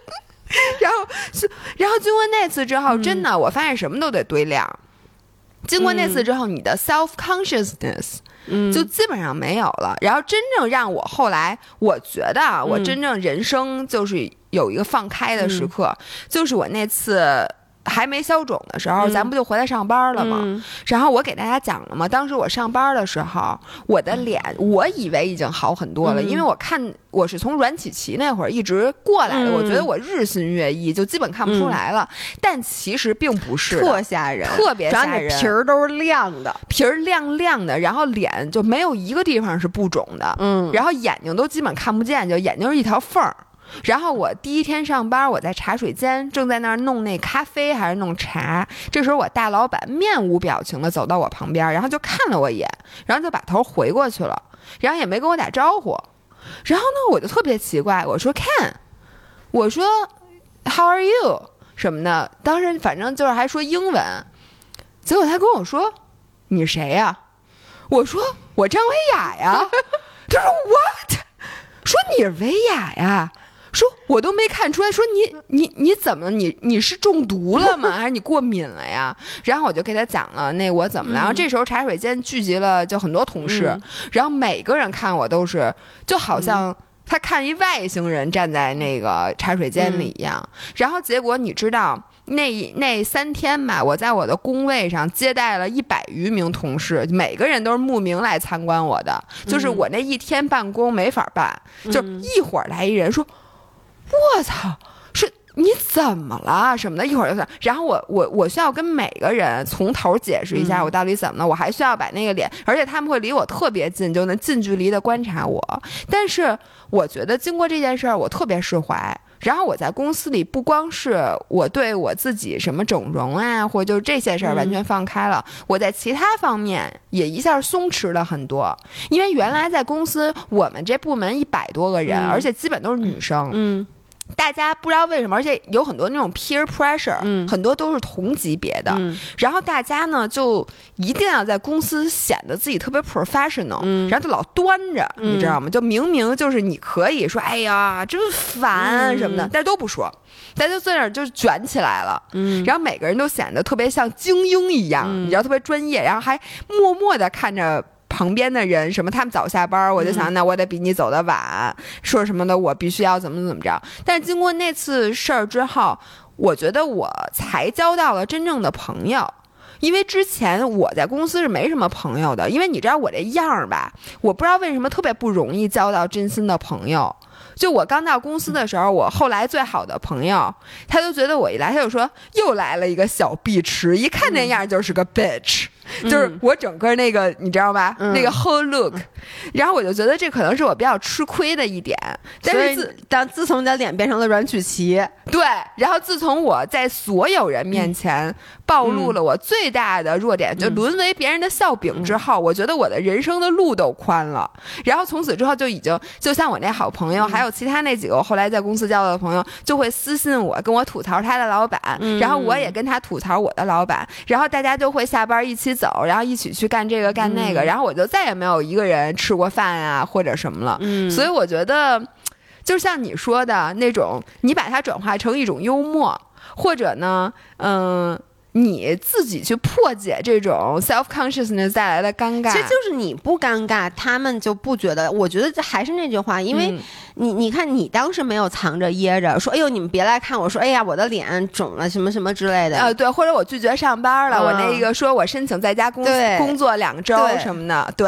然后经过那次之后，真的我发现什么都得堆量。经过那次之后，你的 self consciousness 就基本上没有了。然后真正让我后来，我觉得啊，我真正人生就是有一个放开的时刻，就是我那次还没消肿的时候，咱不就回来上班了吗？然后我给大家讲了嘛，当时我上班的时候，我的脸我以为已经好很多了，因为我看我是从阮启奇那会儿一直过来的，我觉得我日新月异，就基本看不出来了。但其实并不是， 特吓人， 特别吓人， 皮儿都是亮的， 皮儿亮亮的，然后脸就没有一个地方是不肿的，然后眼睛都基本看不见，就眼睛是一条缝儿。然后我第一天上班，我在茶水间正在那儿弄那咖啡还是弄茶，这时候我大老板面无表情的走到我旁边，然后就看了我一眼，然后就把头回过去了，然后也没跟我打招呼。然后呢，我就特别奇怪，我说 Ken， 我说 How are you 什么的，当时反正就是还说英文，结果他跟我说你谁呀？我说我张维雅呀。他说 What？ 说你是维雅呀？说我都没看出来，说你怎么你是中毒了吗？还是你过敏了呀？然后我就给他讲了那我怎么了。然后这时候茶水间聚集了就很多同事，然后每个人看我都是就好像他看一外星人站在那个茶水间里一样。然后结果你知道那3天吧，我在我的工位上接待了100余名同事，每个人都是慕名来参观我的，就是我那一天办公没法办，就一会儿来一人说我操，说你怎么了什么的，一会儿就然后我需要跟每个人从头解释一下我到底怎么了，我还需要把那个脸，而且他们会离我特别近，就能近距离的观察我。但是我觉得经过这件事儿，我特别释怀。然后我在公司里不光是我对我自己什么整容啊，或者就这些事儿完全放开了，我在其他方面也一下松弛了很多。因为原来在公司我们这部门100多个人，而且基本都是女生，大家不知道为什么，而且有很多那种 peer pressure，很多都是同级别的，然后大家呢就一定要在公司显得自己特别 professional，然后就老端着，你知道吗？就明明就是你可以说哎呀真烦什么的，但是都不说，大家就在那儿就卷起来了，然后每个人都显得特别像精英一样，你知道特别专业，然后还默默的看着旁边的人什么他们早下班，我就想那我得比你走得晚，说什么的我必须要怎么着。但是经过那次事儿之后，我觉得我才交到了真正的朋友。因为之前我在公司是没什么朋友的，因为你知道我这样儿吧，我不知道为什么特别不容易交到真心的朋友。就我刚到公司的时候，我后来最好的朋友，他都觉得我一来他就说又来了一个小碧池，一看那样就是个 bitch，就是我整个那个你知道吧，那个 whole look，然后我就觉得这可能是我比较吃亏的一点。但是自从你的脸变成了阮曲奇， 对，然后自从我在所有人面前暴露了我最大的弱点，就沦为别人的笑柄之后，我觉得我的人生的路都宽了。然后从此之后就已经就像我那好朋友，还有其他那几个我后来在公司交的朋友，就会私信我，跟我吐槽他的老板，然后我也跟他吐槽我的老板，然后大家就会下班一起走，然后一起去干这个干那个，然后我就再也没有一个人吃过饭啊或者什么了。所以我觉得就像你说的那种，你把它转化成一种幽默，或者呢你自己去破解这种 self consciousness 带来的尴尬。 其实就是你不尴尬，他们就不觉得。我觉得这还是那句话，因为你看你当时没有藏着掖着说哎呦你们别来看我，说哎呀我的脸肿了什么什么之类的， 对，或者我拒绝上班了，我那个说我申请在家工作2周什么的，对。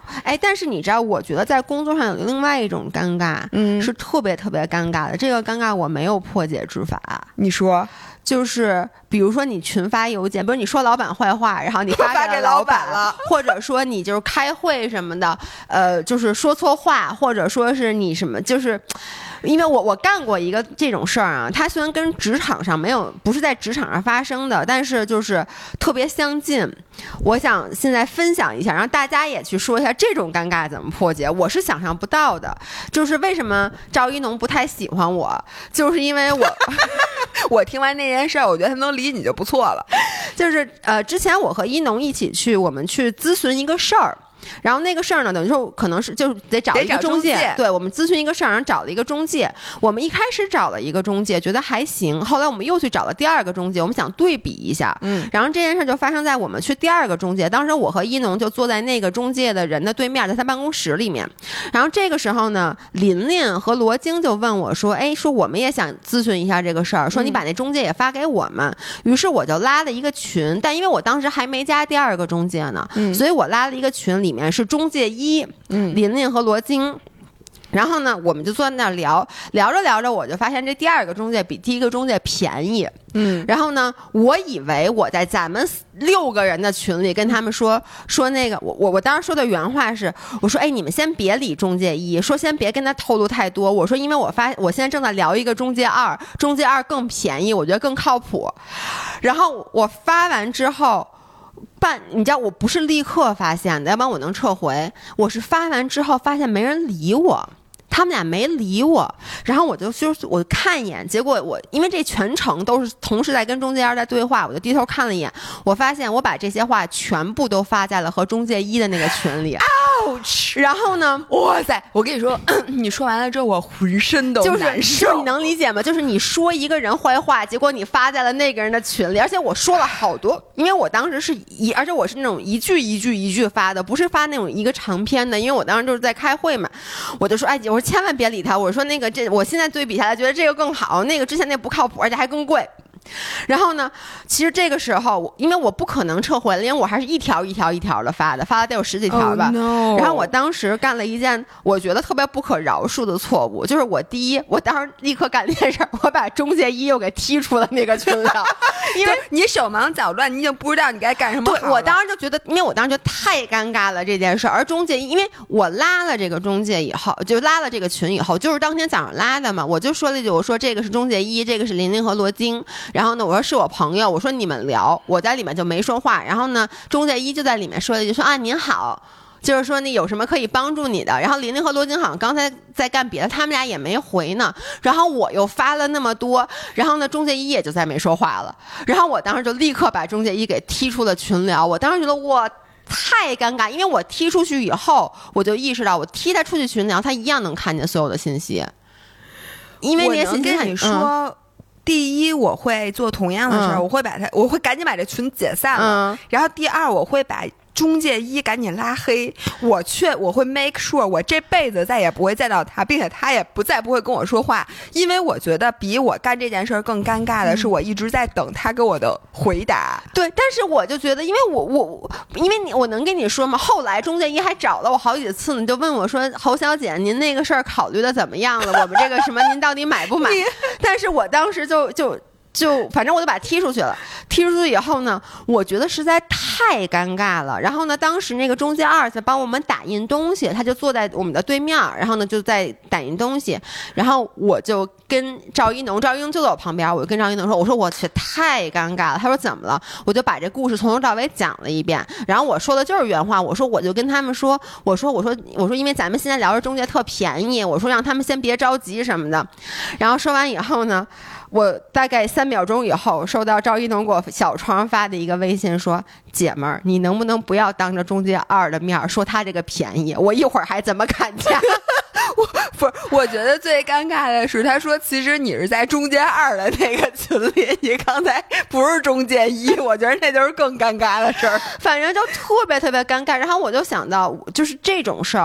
哎，但是你知道，我觉得在工作上有另外一种尴尬，是特别特别尴尬的。这个尴尬我没有破解之法。 你说， 就是比如说你群发邮件，比如你说老板坏话，然后你发给老板了， 或者说你就是开会什么的，就是说错话，或者说是你什么，就是因为我干过一个这种事儿啊，它虽然跟职场上不是在职场上发生的，但是就是特别相近。我想现在分享一下，让大家也去说一下这种尴尬怎么破解。我是想象不到的，就是为什么赵一农不太喜欢我，就是因为我听完那件事儿，我觉得他能理你就不错了。 就是之前我和一农一起我们去咨询一个事儿。然后那个事儿呢，等于说可能是就得找一个中介，对，我们咨询一个事儿，然后找了一个中介。我们一开始找了一个中介，觉得还行，后来我们又去找了第二个中介，我们想对比一下。然后这件事就发生在我们去第二个中介，当时我和一农就坐在那个中介的人的对面，在他办公室里面。然后这个时候呢，琳琳和罗京就问我说：“哎，说我们也想咨询一下这个事儿，说你把那中介也发给我们。”于是我就拉了一个群，但因为我当时还没加第二个中介呢，所以我拉了一个群，里面是中介一，琳琳和罗京。然后呢，我们就坐在那儿聊着，我就发现这第二个中介比第一个中介便宜。然后呢，我以为我在咱们6个人的群里跟他们说那个，我当时说的原话是，我说，哎，你们先别理中介一，说先别跟他透露太多。我说，因为我现在正在聊一个中介二，中介二更便宜，我觉得更靠谱。然后我发完之后。你知道我不是立刻发现的，要不然我能撤回。我是发完之后发现没人理我，他们俩没理我，然后我看一眼，结果因为这全程都是同时在跟中介二在对话，我就低头看了一眼，我发现我把这些话全部都发在了和中介一的那个群里。然后呢， 哇塞！我跟你说，你说完了之后，我浑身都难受。 就是你能理解吗？就是你说一个人坏话，结果你发在了那个人的群里，而且我说了好多，因为我当时而且我是那种一句发的，不是发那种一个长篇的，因为我当时就是在开会嘛，我就说，哎，我说千万别理他，我说那个我现在对比下来觉得这个更好，那个之前那不靠谱，而且还更贵。然后呢，其实这个时候因为我不可能撤回了，因为我还是一条的发了得有10几条吧。然后我当时干了一件我觉得特别不可饶恕的错误，就是我当时立刻干了一件事，我把中介一又给踢出了那个群了。 因为你手忙脚乱，你已经不知道你该干什么。 对，我当时就觉得，因为我当时就太尴尬了这件事。而中介，因为我拉了这个中介以后，就拉了这个群以后，就是当天早上拉的嘛，我就说了一句，我说这个是中介一，这个是琳琳和罗京。然后呢，我说是我朋友，我说你们聊，我在里面就没说话。然后呢，中介一就在里面说了一句，说啊您好。就是说你有什么可以帮助你的，然后琳琳和罗京好像刚才在干别的，他们俩也没回呢，然后我又发了那么多，然后呢中介一也就再没说话了，然后我当时就立刻把中介一给踢出了群聊。我当时觉得我太尴尬，因为我踢出去以后我就意识到我踢他出去群聊他一样能看见所有的信息，因为那些信息跟你说第一，我会做同样的事儿，我会赶紧把这群解散了。然后第二，我会把中介一赶紧拉黑。我会 make sure 我这辈子再也不会见到他，并且他也不会跟我说话，因为我觉得比我干这件事更尴尬的是，我一直在等他给我的回答。 对，但是我就觉得，因为我能跟你说吗？后来中介一还找了我好几次呢，就问我说：“侯小姐，您那个事儿考虑的怎么样了？我们这个什么，您到底买不买？”但是我当时就反正我就把他踢出去了。踢出去以后呢，我觉得实在太尴尬了。然后呢，当时那个中介二在帮我们打印东西，他就坐在我们的对面，然后呢就在打印东西。然后我就跟赵一农就在我旁边，我就跟赵一农说：“我说我去，太尴尬了。”他说：“怎么了？”我就把这故事从头到尾讲了一遍。然后我说的就是原话，我说我就跟他们说，我说，因为咱们现在聊着中介特便宜，我说让他们先别着急什么的。然后说完以后呢，我大概3秒钟以后收到赵一农给我小窗发的一个微信说：“姐们儿，你能不能不要当着中介二的面说他这个便宜？我一会儿还怎么砍价？” 我觉得最尴尬的是，他说其实你是在中介二的那个群里，你刚才不是中介一，我觉得那就是更尴尬的事儿。 反正就特别特别尴尬。然后我就想到，就是这种事儿，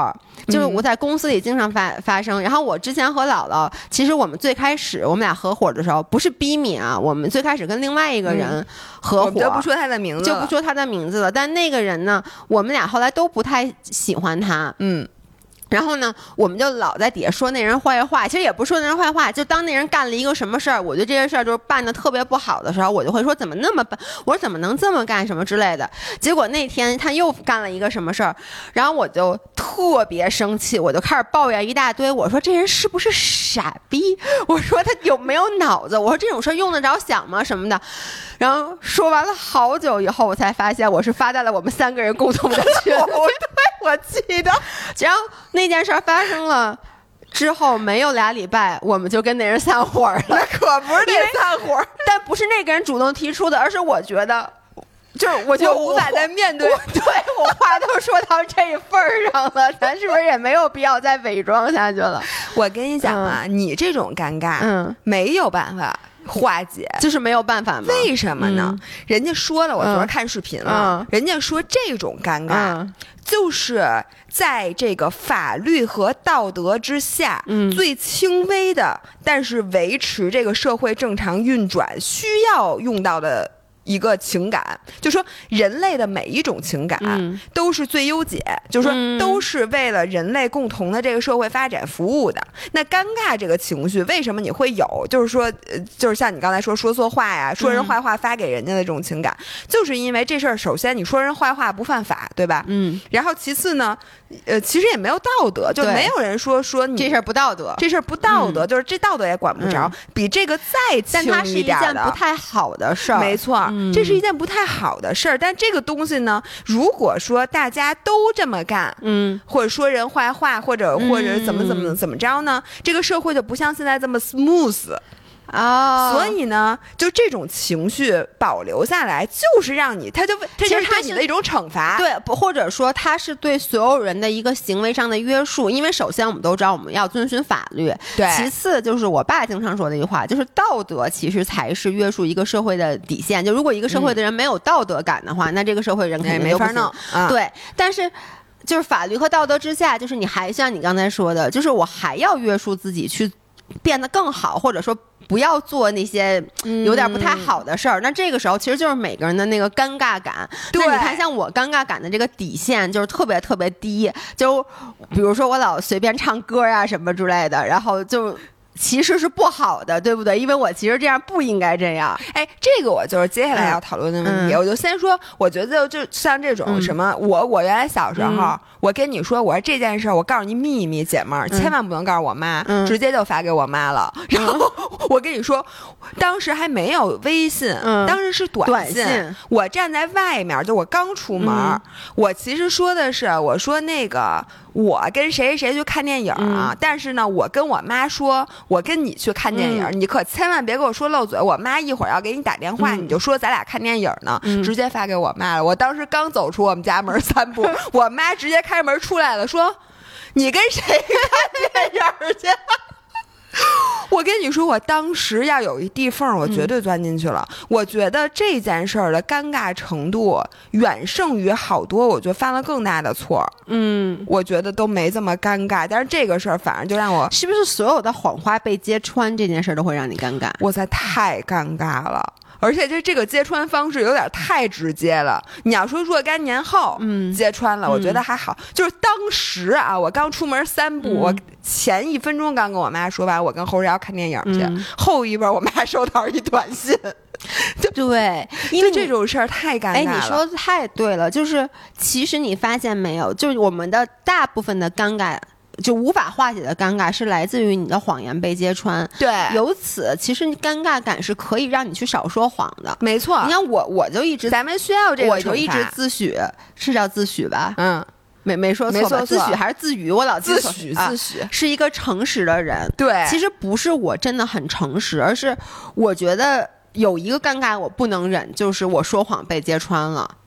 就是我在公司里经常发生。然后我之前和姥姥，其实我们最开始我们俩合伙的时候，不是逼米啊，我们最开始跟另外一个人合伙， 就不说他的名字， 就不说他的名字了。但那个人呢，我们俩后来都不太喜欢他，然后呢，我们就老在底下说那人坏话，其实也不说那人坏话，就当那人干了一个什么事儿，我觉得这件事儿就是办的特别不好的时候，我就会说怎么那么办，我说怎么能这么干什么之类的。结果那天他又干了一个什么事儿，然后我就特别生气，我就开始抱怨一大堆，我说这人是不是傻逼？我说他有没有脑子？我说这种事儿用得着想吗？什么的。然后说完了好久以后，我才发现我是发在了我们3个人共同的群里。对，我记得。然后那件事发生了之后，没有2礼拜，我们就跟那人散伙了。 那可不是得散伙， 但不是那个人主动提出的，而是我觉得。就是我就无法再面对， 对我话都说到这份儿上了，咱是不是也没有必要再伪装下去了？ 我跟你讲啊，你这种尴尬，没有办法化解， 就是没有办法吗？ 为什么呢？人家说了，我昨儿看视频了，人家说这种尴尬，就是在这个法律和道德之下，最轻微的，但是维持这个社会正常运转需要用到的一个情感，就说人类的每一种情感都是最优解，就是说都是为了人类共同的这个社会发展服务的。那尴尬这个情绪为什么你会有？就是说，就是像你刚才说错话呀，说人坏话发给人家的这种情感，就是因为这事儿，首先你说人坏话不犯法，对吧？然后其次呢，其实也没有道德，就没有人说你这事儿不道德， 这事儿不道德，就是这道德也管不着，比这个再轻一点的， 但它是一件不太好的事儿， 没错。这是一件不太好的事儿，但这个东西呢，如果说大家都这么干，或者说人坏话，或者怎么着呢，这个社会就不像现在这么 smooth。所以呢，就这种情绪保留下来，就是让你，这就是对你的一种惩罚， 对，或者说它是对所有人的一个行为上的约束。因为首先我们都知道我们要遵循法律， 对， 其次就是我爸经常说的一句话，就是道德其实才是约束一个社会的底线。就如果一个社会的人没有道德感的话，那这个社会人肯定没法弄。 对，但是。就是法律和道德之下，就是你还像你刚才说的，就是我还要约束自己去变得更好，或者说不要做那些有点不太好的事儿。那这个时候其实就是每个人的那个尴尬感。那你看，像我尴尬感的这个底线就是特别特别低，就比如说我老随便唱歌啊什么之类的，然后就。其实是不好的，对不对？因为我其实这样不应该这样。 哎，这个我就是接下来要讨论的问题。我就先说，我觉得就像这种什么，我原来小时候，我跟你说，我说这件事，我告诉你秘密，姐妹儿，千万不能告诉我妈，直接就发给我妈了。然后我跟你说，当时还没有微信，当时是短信。我站在外面，就我刚出门，我其实说的是，我说那个。我跟谁去看电影啊？但是呢，我跟我妈说，我跟你去看电影，你可千万别给我说漏嘴。我妈一会儿要给你打电话，你就说咱俩看电影呢，直接发给我妈了。我当时刚走出我们家门3步，我妈直接开门出来了，说：“你跟谁看电影去？”我跟你说，我当时要有一地缝，我绝对钻进去了。我觉得这件事儿的尴尬程度远胜于好多，我就犯了更大的错。我觉得都没这么尴尬，但是这个事儿反正就让我， 是不是所有的谎话被揭穿这件事都会让你尴尬？ 哇塞，太尴尬了。而且这个揭穿方式有点太直接了。你要说若干年后，揭穿了，我觉得还好。就是当时啊，我刚出门3步，我前1分钟刚跟我妈说完，我跟侯世瑶看电影去，后一边我妈收到一短信。 对，因为这种事儿太尴尬了。 你说的太对了，就是其实你发现没有，就是我们的大部分的尴尬。就无法化解的尴尬是来自于你的谎言被揭穿， 对， 由此其实尴尬感是可以让你去少说谎的， 没错。 你看我就一直， 咱们需要这个， 我就一直自诩，是叫自诩吧？没说错吧？自诩还是自诩？我老自诩是一个诚实的人。 对， 其实不是我真的很诚实，而是我觉得有一个尴尬我不能忍，就是我说谎被揭穿了。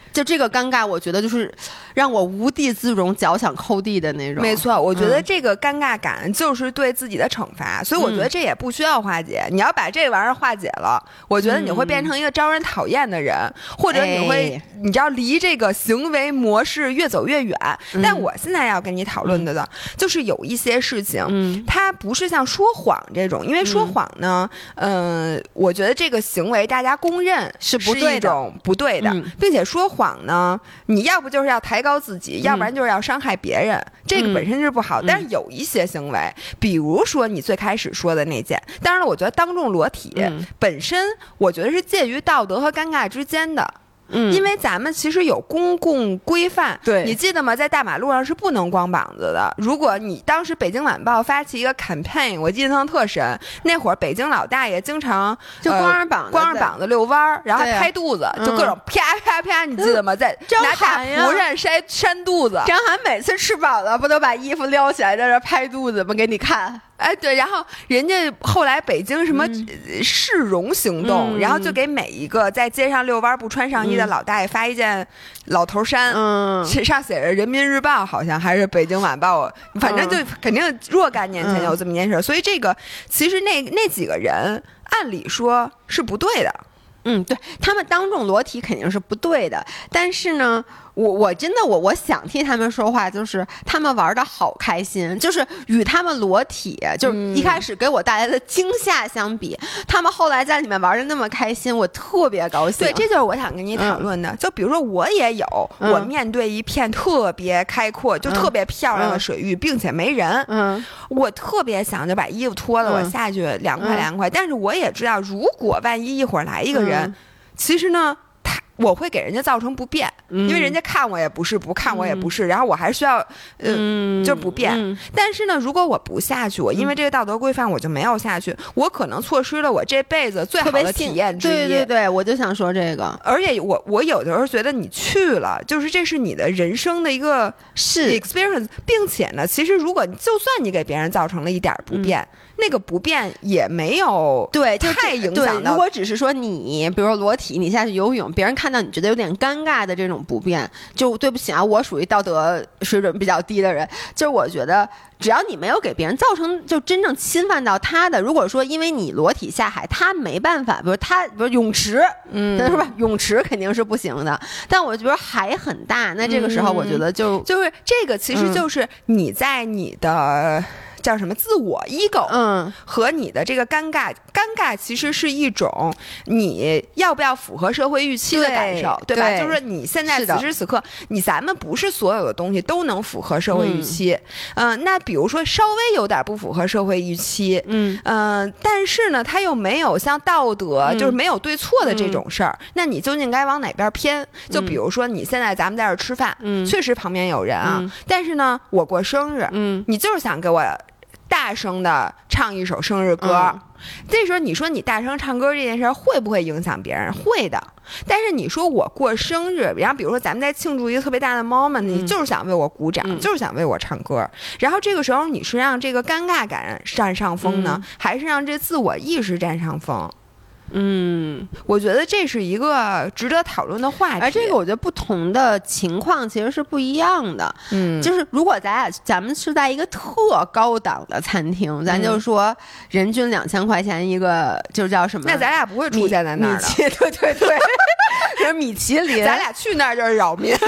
就这个尴尬，我觉得就是让我无地自容，脚想抠地的那种。 没错，我觉得这个尴尬感就是对自己的惩罚，所以我觉得这也不需要化解。你要把这玩意儿化解了，我觉得你会变成一个招人讨厌的人，或者你会，你知道离这个行为模式越走越远。但我现在要跟你讨论的就是有一些事情，它不是像说谎这种，因为说谎呢，我觉得这个行为大家公认是不对的， 一种不对的，并且说谎呢，你要不就是要抬高自己，要不然就是要伤害别人，这个本身是不好。但是有一些行为，比如说你最开始说的那件，当然了，我觉得当众裸体本身，我觉得是介于道德和尴尬之间的。因为咱们其实有公共规范， 对， 你记得吗？在大马路上是不能光膀子的。如果你当时北京晚报发起一个 campaign， 我印象特深，那会儿北京老大爷经常就光着膀子遛弯儿，然后还拍肚子，就各种啪啪啪，你记得吗？在拿大蒲扇扇肚子。 张涵每次吃饱了，不都把衣服撩起来在这拍肚子吗？给你看。 哎，对，然后人家后来北京什么市容行动，然后就给每一个在街上遛弯不穿上衣的老大爷发一件老头衫，上写着人民日报好像还是北京晚报，反正就肯定若干年前有这么一件事，所以这个其实那几个人按理说是不对的。 对，他们当众裸体肯定是不对的，但是呢，我真的我想替他们说话，就是他们玩的好开心，就是与他们裸体，就是一开始给我带来的惊吓相比，他们后来在里面玩的那么开心，我特别高兴。 对，这就是我想跟你讨论的。就比如说我也有，我面对一片特别开阔，就特别漂亮的水域，并且没人，我特别想就把衣服脱了，我下去凉快。但是我也知道，如果万一一会儿来一个人，其实呢。我会给人家造成不便，因为人家看我也不是，不看我也不是，然后我还需要就不便。但是呢，如果我不下去，我因为这个道德规范我就没有下去，我可能错失了我这辈子最好的体验之一。 对，我就想说这个。 而且我有的时候觉得你去了，就是这是你的人生的一个experience， 并且呢，其实如果就算你给别人造成了一点不便。那个不便也没有太影响到。 如果只是说你，比如说裸体，你下去游泳，别人看到你觉得有点尴尬的这种不便，就对不起啊，我属于道德水准比较低的人。就是我觉得，只要你没有给别人造成就真正侵犯到他的，如果说因为你裸体下海，他没办法，比如泳池，是吧？泳池肯定是不行的。但我觉得海很大，那这个时候我觉得就是这个，其实就是你在你的。叫什么自我 ego，和你的这个尴尬其实是一种你要不要符合社会预期的感受，对吧？就是你现在此时此刻，咱们不是所有的东西都能符合社会预期，那比如说稍微有点不符合社会预期，但是呢，它又没有像道德，就是没有对错的这种事儿，那你究竟该往哪边偏？就比如说你现在咱们在这吃饭，确实旁边有人啊，但是呢，我过生日，你就是想给我。大声的唱一首生日歌，这时候你说你大声唱歌这件事会不会影响别人？会的。但是你说我过生日，然后比如说咱们在庆祝一个特别大的 moment，你就是想为我鼓掌，就是想为我唱歌，然后这个时候你是让这个尴尬感占上风呢，还是让这自我意识占上风？我觉得这是一个值得讨论的话题， 而这个我觉得不同的情况其实是不一样的。就是如果咱们是在一个特高档的餐厅，咱就说人均2000块钱一个，就叫什么？ 那咱俩不会出现在那儿的。 对，就是米其林， 咱俩去那儿就是扰民。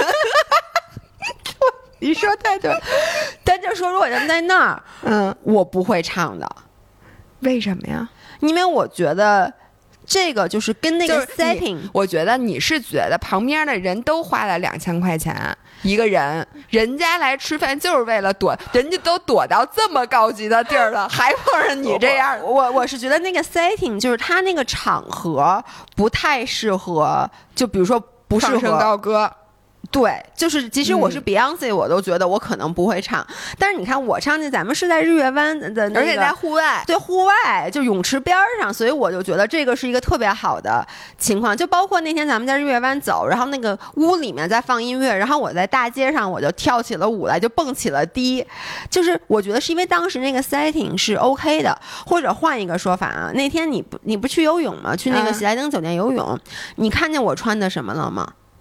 你说太对，但就说如果咱们在那儿，我不会唱的。 为什么呀？ 因为我觉得。这个就是跟那个 setting， 我觉得你是觉得旁边的人都花了2000块钱一个人，人家来吃饭就是为了躲，人家都躲到这么高级的地儿了，还碰上你这样。 我是觉得那个 setting 就是他那个场合不太适合，就比如说不适合唱高歌。 对，就是即使我是 Beyonce，我都觉得我可能不会唱。但是你看我唱的，咱们是在日月湾的那个， 而且在户外， 对，户外就泳池边上，所以我就觉得这个是一个特别好的情况。就包括那天咱们在日月湾走，然后那个屋里面在放音乐，然后我在大街上我就跳起了舞来，就蹦起了迪。就是我觉得是因为当时那个 setting 是 OK 的，或者换一个说法啊，那天你不去游泳吗？去那个喜来登酒店游泳，你看见我穿的什么了吗？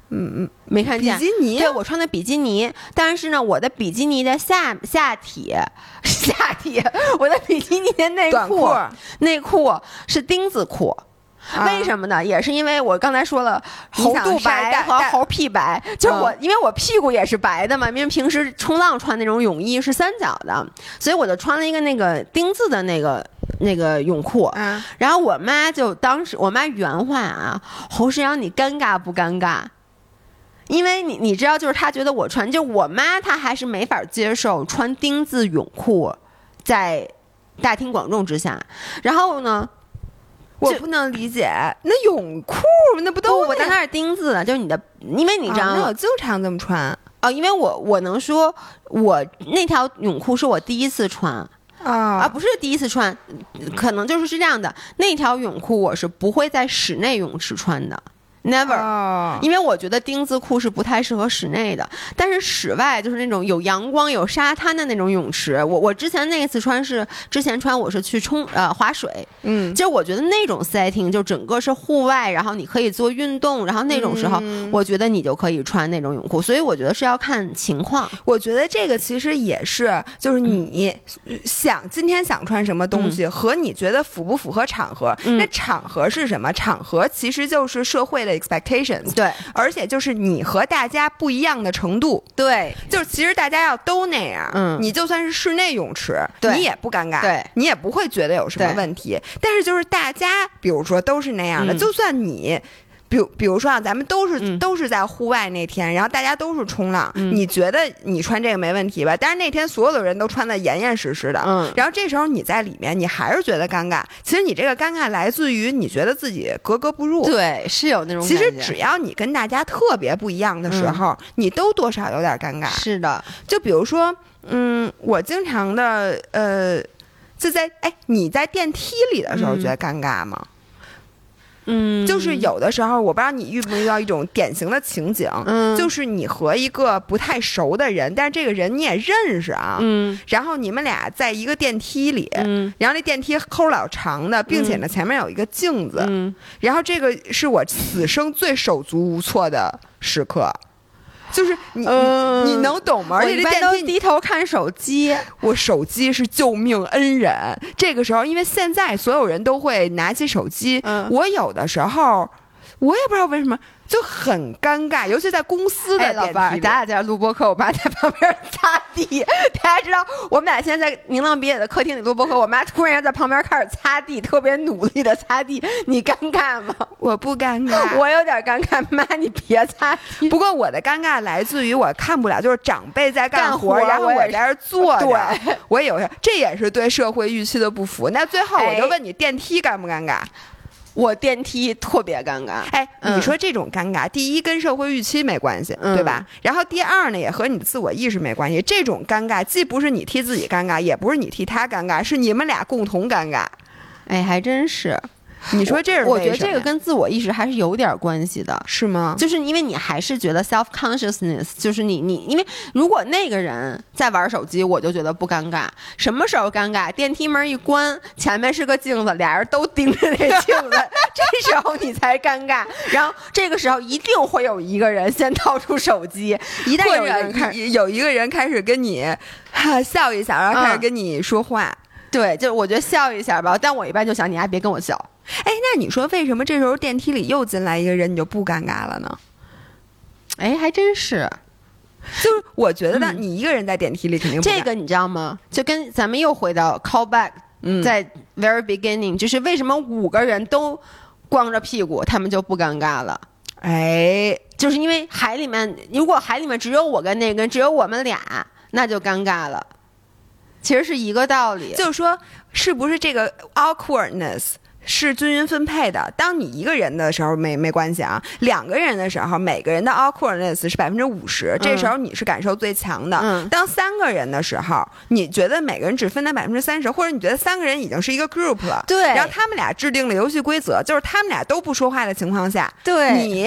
没看见比基尼， 对，我穿的比基尼，但是呢，我的比基尼的下体，我的比基尼的内裤是丁字裤。为什么呢？也是因为我刚才说了，猴肚白和猴屁白，就是因为我屁股也是白的嘛，因为平时冲浪穿那种泳衣是三角的，所以我就穿了一个那个丁字的那个泳裤。然后我妈就当时我妈原话啊，侯世阳你尴尬不尴尬？因为你知道，就是她觉得我穿，就我妈她还是没法接受穿丁字泳裤在大庭广众之下，然后呢。 我不能理解，那泳裤那不都？ 我但它是丁字的，就是你的，因为你知道， 那我经常这么穿因为我能说，我那条泳裤是我第一次穿不是第一次穿，可能就是这样的。那条泳裤我是不会在室内泳池穿的。Never，因为我觉得丁字裤是不太适合室内的，但是室外就是那种有阳光、有沙滩的那种泳池。我之前那一次穿我是去划水，就我觉得那种 setting 就整个是户外，然后你可以做运动，然后那种时候，我觉得你就可以穿那种泳裤。所以我觉得是要看情况。 我觉得这个其实也是，就是你今天想穿什么东西，和你觉得符不符合场合。那场合是什么？场合其实就是社会的expectations， 对， 而且就是你和大家不一样的程度， 对， 就是其实大家要都那样，你就算是室内泳池，你也不尴尬， 对， 你也不会觉得有什么问题。但是就是大家，比如说都是那样的，就算你。比如说咱们都是在户外那天，然后大家都是冲浪，你觉得你穿这个没问题吧？但是那天所有的人都穿得严严实实的，然后这时候你在里面，你还是觉得尴尬。其实你这个尴尬来自于你觉得自己格格不入， 对，是有那种感觉。 其实只要你跟大家特别不一样的时候，你都多少有点尴尬。 是的， 就比如说，我经常的就在你在电梯里的时候觉得尴尬吗？就是有的时候，我不知道你遇不遇到一种典型的情景，就是你和一个不太熟的人，但是这个人你也认识啊，然后你们俩在一个电梯里，然后那电梯齁老长的，并且呢前面有一个镜子，然后这个是我此生最手足无措的时刻。就是你能懂吗？而且这电梯低头看手机， 我手机是救命恩人。这个时候，因为现在所有人都会拿起手机，我有的时候我也不知道为什么就很尴尬，尤其在公司的电梯里。 老伴儿，咱俩在录播客，我妈在旁边擦地。大家知道，我们俩现在在宁浪别野的客厅里录播客，我妈突然在旁边开始擦地，特别努力的擦地。你尴尬吗？ 我不尴尬， 我有点尴尬。妈，你别擦地。 不过我的尴尬来自于我看不了，就是长辈在干活，然后我在这坐着， 对， 我有这也是对社会预期的不符。那最后我就问你，电梯尴不尴尬？ 我电梯特别尴尬。 你说这种尴尬，第一跟社会预期没关系，对吧？然后第二呢，也和你的自我意识没关系。这种尴尬既不是你替自己尴尬，也不是你替他尴尬，是你们俩共同尴尬。 还真是。 你说这是为什么？ 我觉得这个跟自我意识还是有点关系的， 是吗？ 就是因为你还是觉得 self consciousness， 就是你因为如果那个人在玩手机，我就觉得不尴尬。什么时候尴尬？电梯门一关，前面是个镜子，俩人都盯着那镜子，这时候你才尴尬。然后这个时候一定会有一个人先掏出手机，一旦有一个人开始跟你笑一下，然后开始跟你说话。 对，就我觉得笑一下吧，但我一般就想你还别跟我笑。 那你说为什么这时候电梯里又进来一个人，你就不尴尬了呢？ 还真是。 就是我觉得你一个人在电梯里肯定不尴尬。 这个你知道吗？就跟咱们又回到 call back，在 very beginning，就是为什么5个人都光着屁股，他们就不尴尬了？就是因为海里面，如果海里面只有我跟那个人，只有我们俩，那就尴尬了。其实是一个道理， 就是说，是不是这个 awkwardness 是均匀分配的？当你一个人的时候没关系啊，2个人的时候，每个人的 awkwardness 是50%，这时候你是感受最强的。当3个人的时候，你觉得每个人只分担30%，或者你觉得3个人已经是一个 group 了， 对， 然后他们俩制定了游戏规则，就是他们俩都不说话的情况下， 对， 你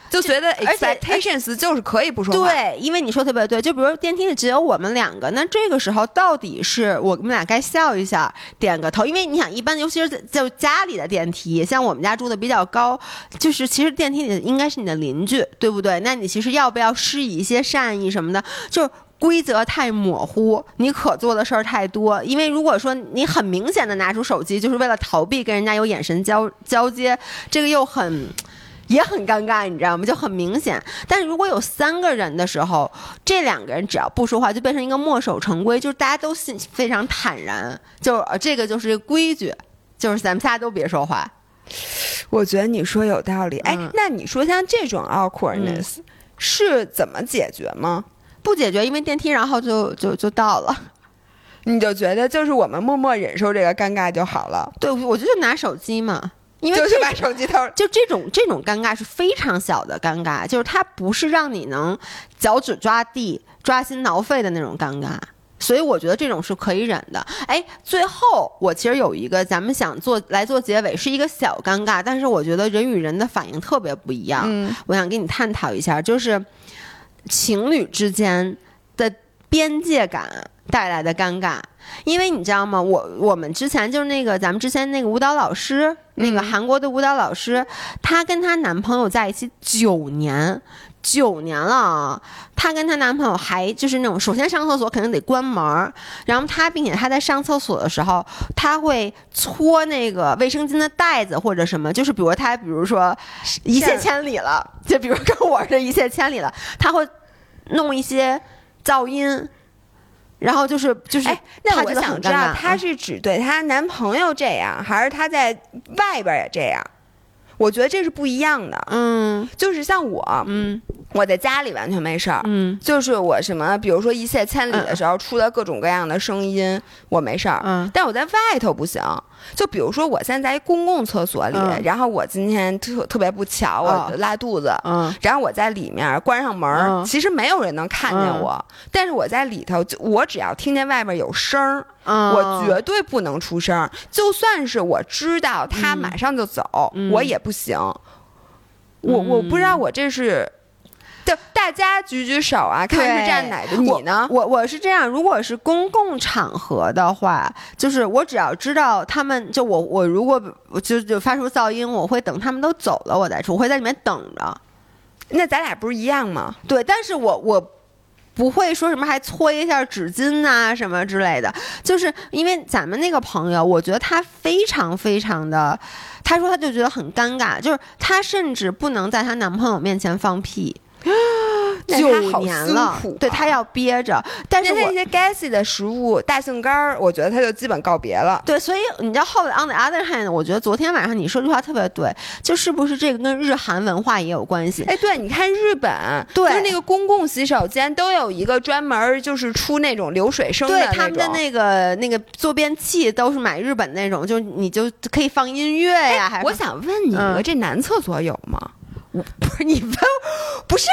就觉得 expectations 就是可以不说话。 对，因为你说特别对，就比如电梯里只有我们两个，那这个时候到底是我们俩该笑一下，点个头，因为你想，一般尤其是就家里的电梯，像我们家住的比较高，就是其实电梯里应该是你的邻居，对不对？那你其实要不要施以一些善意什么的，就规则太模糊，你可做的事儿太多。因为如果说你很明显的拿出手机，就是为了逃避跟人家有眼神交接，这个也很尴尬，你知道吗？就很明显。但是如果有3个人的时候，这2个人只要不说话，就变成一个墨守成规，就是大家都非常坦然，就这个就是规矩，就是咱们仨都别说话。 我觉得你说有道理。哎，那你说像这种 awkwardness、是怎么解决吗？ 不解决，因为电梯然后就到了。 你就觉得就是我们默默忍受这个尴尬就好了？ 对，我就拿手机嘛。因为就是把手机头， 就这种尴尬是非常小的尴尬，就是它不是让你能脚趾抓地、抓心挠肺的那种尴尬，所以我觉得这种是可以忍的。哎，最后我其实有一个咱们想做结尾，是一个小尴尬，但是我觉得人与人的反应特别不一样。我想跟你探讨一下，就是情侣之间的边界感带来的尴尬。因为你知道吗，我们之前就是咱们之前那个舞蹈老师，那个韩国的舞蹈老师，她跟她男朋友在一起9年了啊。她跟她男朋友还就是那种，首先上厕所肯定得关门，然后并且她在上厕所的时候，她会搓那个卫生巾的袋子或者什么，就是比如说一泻千里了，就比如跟我这一泻千里了，她会弄一些噪音。然后就是， 哎，那我想知道，她是只对她男朋友这样，还是她在外边也这样？我觉得这是不一样的。就是像我，我在家里完全没事儿。就是我什么，比如说一泻千里的时候出了各种各样的声音，我没事儿。但我在外头不行。就比如说我现在在一公共厕所里，然后我今天特别不巧，我拉肚子，然后我在里面关上门，其实没有人能看见我，但是我在里头，我只要听见外面有声儿，我绝对不能出声，就算是我知道他马上就走，我也不行。我不知道我这是。就大家举举手啊，看是站哪个。你呢？ 我是这样，如果是公共场合的话，就是我只要知道他们，就我如果就发出噪音，我会等他们都走了我再出，我会在里面等着。 那咱俩不是一样吗？ 对，但是我不会说什么还搓一下纸巾啊什么之类的，就是因为咱们那个朋友，我觉得他非常非常的，他说他就觉得很尴尬，就是他甚至不能在她男朋友面前放屁。9年了，对，他要憋着。但是那些 gassy 的食物，大杏干我觉得他就基本告别了。 对，所以你知道后来 on the other hand， 我觉得昨天晚上你说这句话特别对，就是不是这个跟日韩文化也有关系？ 哎，对，你看日本， 对， 就是那个公共洗手间都有一个专门就是出那种流水声的那种， 对，他们的那个坐便器都是买日本那种，就你就可以放音乐呀。还是我想问你一个，这男厕所有吗？ 不是你问，不是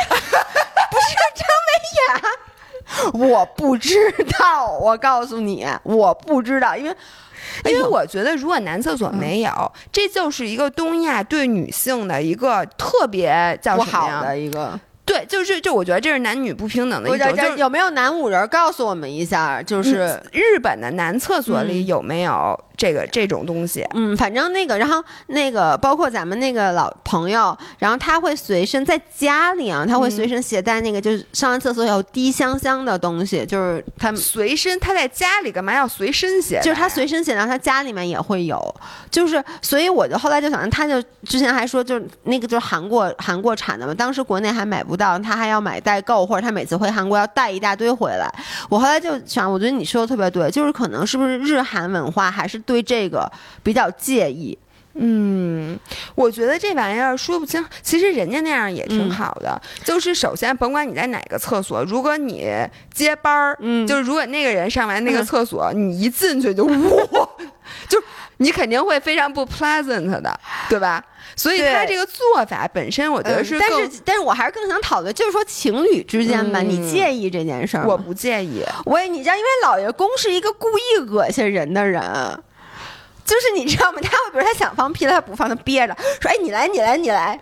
张文雅，我不知道，我告诉你，我不知道，因为我觉得如果男厕所没有，这就是一个东亚对女性的一个特别叫什么不好的一个。 对，就我觉得这是男女不平等的一种。 就是有没有男五人告诉我们一下？就是日本的男厕所里有没有这种东西？ 反正然后包括咱们那个老朋友，然后他会随身在家里啊，他会随身携带就是上完厕所有滴香的东西，就是他随身，他在家里干嘛要随身携带？ 就是他随身携带，他家里面也会有，就是所以我就后来就想，他就之前还说，就是就是韩国产的嘛，当时国内还买不到，他还要买代购，或者他每次回韩国要带一大堆回来。我后来就想，我觉得你说的特别对，就是可能是不是日韩文化还是对这个比较介意。 我觉得这玩意儿说不清，其实人家那样也挺好的。就是首先甭管你在哪个厕所，如果你接班儿，就是如果那个人上完那个厕所，你一进去就哇，就你肯定会非常不 pleasant 的，对吧？所以他这个做法本身，我觉得是但是我还是更想讨论，就是说情侣之间吧，你介意这件事儿吗？ 我不介意。 你知道，因为老爷公是一个故意恶心人的人。就是你知道吗？他会比如他想放屁了，他不放，他憋着说：“哎，你来。”然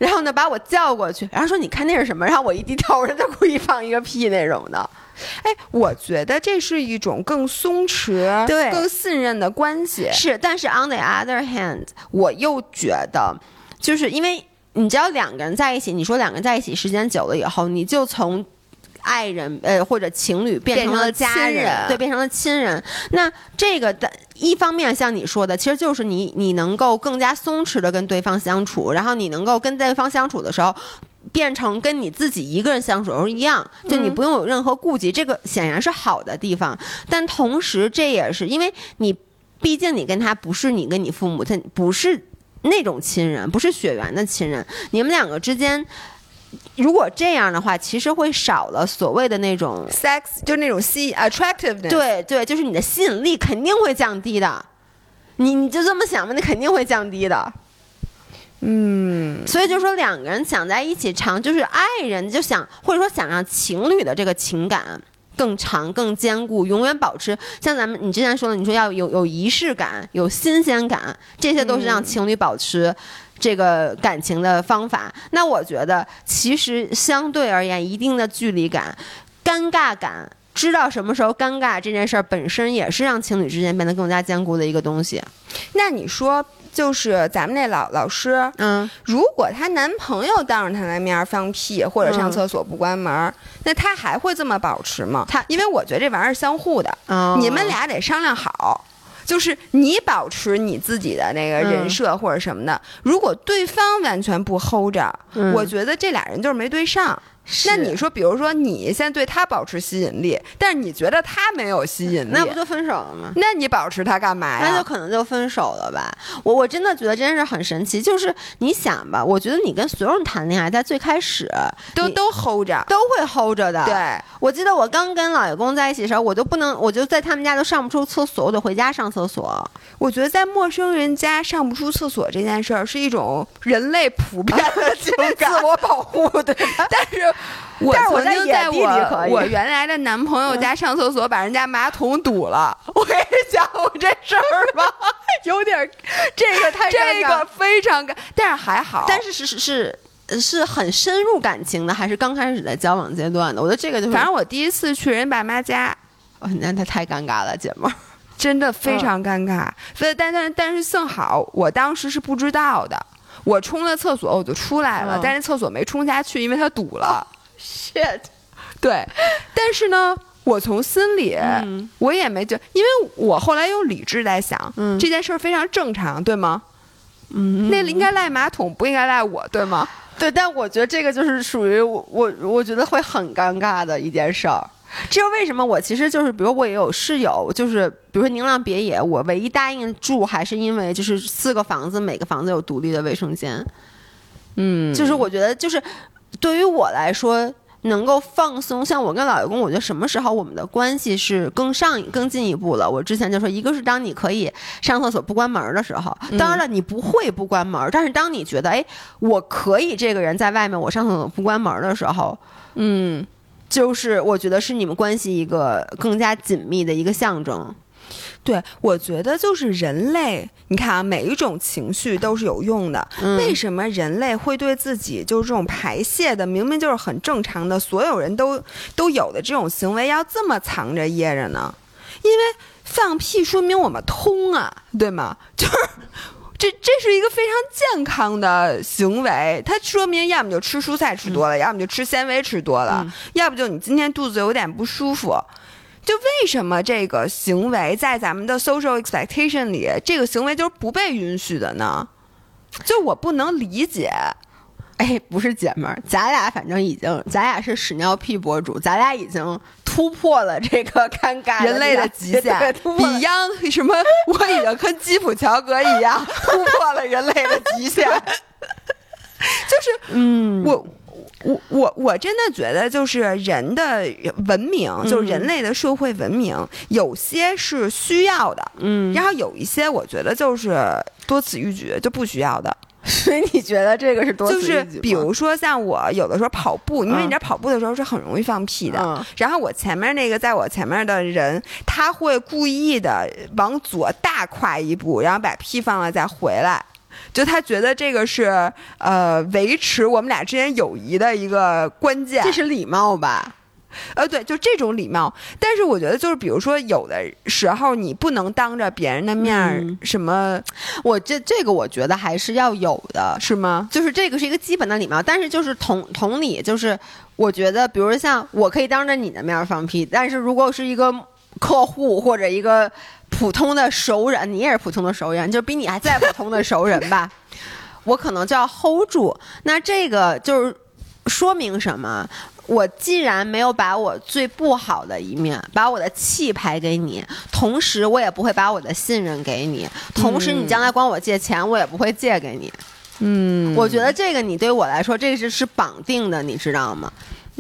然后呢把我叫过去，然后说你看那是什么，然后我一低头我就故意放一个屁那种的。 哎，我觉得这是一种更松弛、 对更信任的关系。 是，但是 on the other hand， 我又觉得，就是因为你只要两个人在一起，你说两个人在一起时间久了以后，你就从爱人或者情侣变成了家人，对，变成了亲人。那这个的一方面像你说的，其实就是你能够更加松弛的跟对方相处，然后你能够跟对方相处的时候变成跟你自己一个人相处时候一样，就你不用有任何顾忌，这个显然是好的地方。但同时这也是因为你毕竟你跟他不是你跟你父母，他不是那种亲人，不是血缘的亲人，你们两个之间如果这样的话，其实会少了所谓的那种 sex， 就那种attractiveness。 对对，就是你的吸引力肯定会降低的。你就这么想吧，你肯定会降低的。所以就说两个人想在一起长，就是爱人就想，或者说想让情侣的这个情感更长、更坚固，永远保持。像咱们你之前说的，你说要有仪式感、有新鲜感，这些都是让情侣保持这个感情的方法。那我觉得其实相对而言，一定的距离感、尴尬感，知道什么时候尴尬这件事儿本身也是让情侣之间变得更加坚固的一个东西。 那你说，就是咱们那老师，如果她男朋友当着她的面放屁或者上厕所不关门，那她还会这么保持吗？因为我觉得这玩意儿相互的，你们俩得商量好。就是你保持你自己的那个人设或者什么的，如果对方完全不 hold 着，我觉得这俩人就是没对上。那你说，比如说你现在对他保持吸引力，但是你觉得他没有吸引力， 那不就分手了吗？ 那你保持他干嘛呀？ 那就可能就分手了吧。我真的觉得这件事很神奇，就是你想吧，我觉得你跟所有人谈恋爱，在最开始都 hold 着， 都会 hold 着的。 对， 我记得我刚跟老爷公在一起的时候，我就在他们家都上不出厕所，我得回家上厕所。 我觉得在陌生人家上不出厕所这件事儿是一种人类普遍的情感， 自我保护，对。 但是我曾经在我原来的男朋友家上厕所，把人家马桶堵了。 我跟你讲过这事儿吧，有点这个太这个非常尴，但是还好， 但是是很深入感情的，还是刚开始在交往阶段的？我觉得这个就是， 反正我第一次去人爸妈家， 那他太尴尬了，姐们儿。 真的非常尴尬，所以但是幸好我当时是不知道的，我冲了厕所我就出来了，但是厕所没冲下去，因为它堵了。 shit， 对，但是呢，我从心里我也没觉，因为我后来用理智在想，这件事非常正常，对吗？那应该赖马桶，不应该赖我，对吗？ 对，但我觉得这个就是属于我觉得会很尴尬的一件事儿。这是为什么？我其实就是，比如我也有室友，就是比如说宁浪别野，我唯一答应住还是因为就是4个房子，每个房子有独立的卫生间。就是我觉得就是对于我来说能够放松，像我跟老爷公，我觉得什么时候我们的关系是更进一步了。我之前就说，一个是当你可以上厕所不关门的时候，当然了你不会不关门，但是当你觉得哎我可以这个人在外面我上厕所不关门的时候，就是我觉得是你们关系一个更加紧密的一个象征。 对，我觉得就是人类，你看啊，每一种情绪都是有用的。为什么人类会对自己就是这种排泄的，明明就是很正常的，所有人都有的这种行为，要这么藏着掖着呢？因为放屁说明我们通啊，对吗？就是这是一个非常健康的行为，它说明要么就吃蔬菜吃多了，要么就吃纤维吃多了，要不就你今天肚子有点不舒服。就为什么这个行为在咱们的 social expectation 里，这个行为就是不被允许的呢？就我不能理解。 哎，不是姐们儿，咱俩反正咱俩是屎尿屁博主，咱俩已经突破了这个尴尬人类的极限，Beyond 什么？我已经跟基普乔格一样突破了人类的极限。就是我真的觉得，就是人的文明，就是人类的社会文明，有些是需要的，然后有一些我觉得就是多此一举，就不需要的。 所以你觉得这个是多此一举吗？ 就是比如说像我有的时候跑步，因为你知道跑步的时候是很容易放屁的，然后我前面那个在我前面的人，他会故意的往左大跨一步，然后把屁放了再回来。 就他觉得这个是维持我们俩之间友谊的一个关键。 这是礼貌吧？ 对，就这种礼貌。但是我觉得就是比如说有的时候你不能当着别人的面什么， 这个我觉得还是要有的， 是吗？ 就是这个是一个基本的礼貌，但是就是同理，就是我觉得比如像我可以当着你的面放屁，但是如果是一个客户或者一个普通的熟人，你也是普通的熟人，就比你还再普通的熟人吧，我可能就要 hold 住。那这个就是说明什么？我既然没有把我最不好的一面，把我的气排给你，同时我也不会把我的信任给你，同时你将来管我借钱，我也不会借给你。我觉得这个你对我来说，这是绑定的，你知道吗？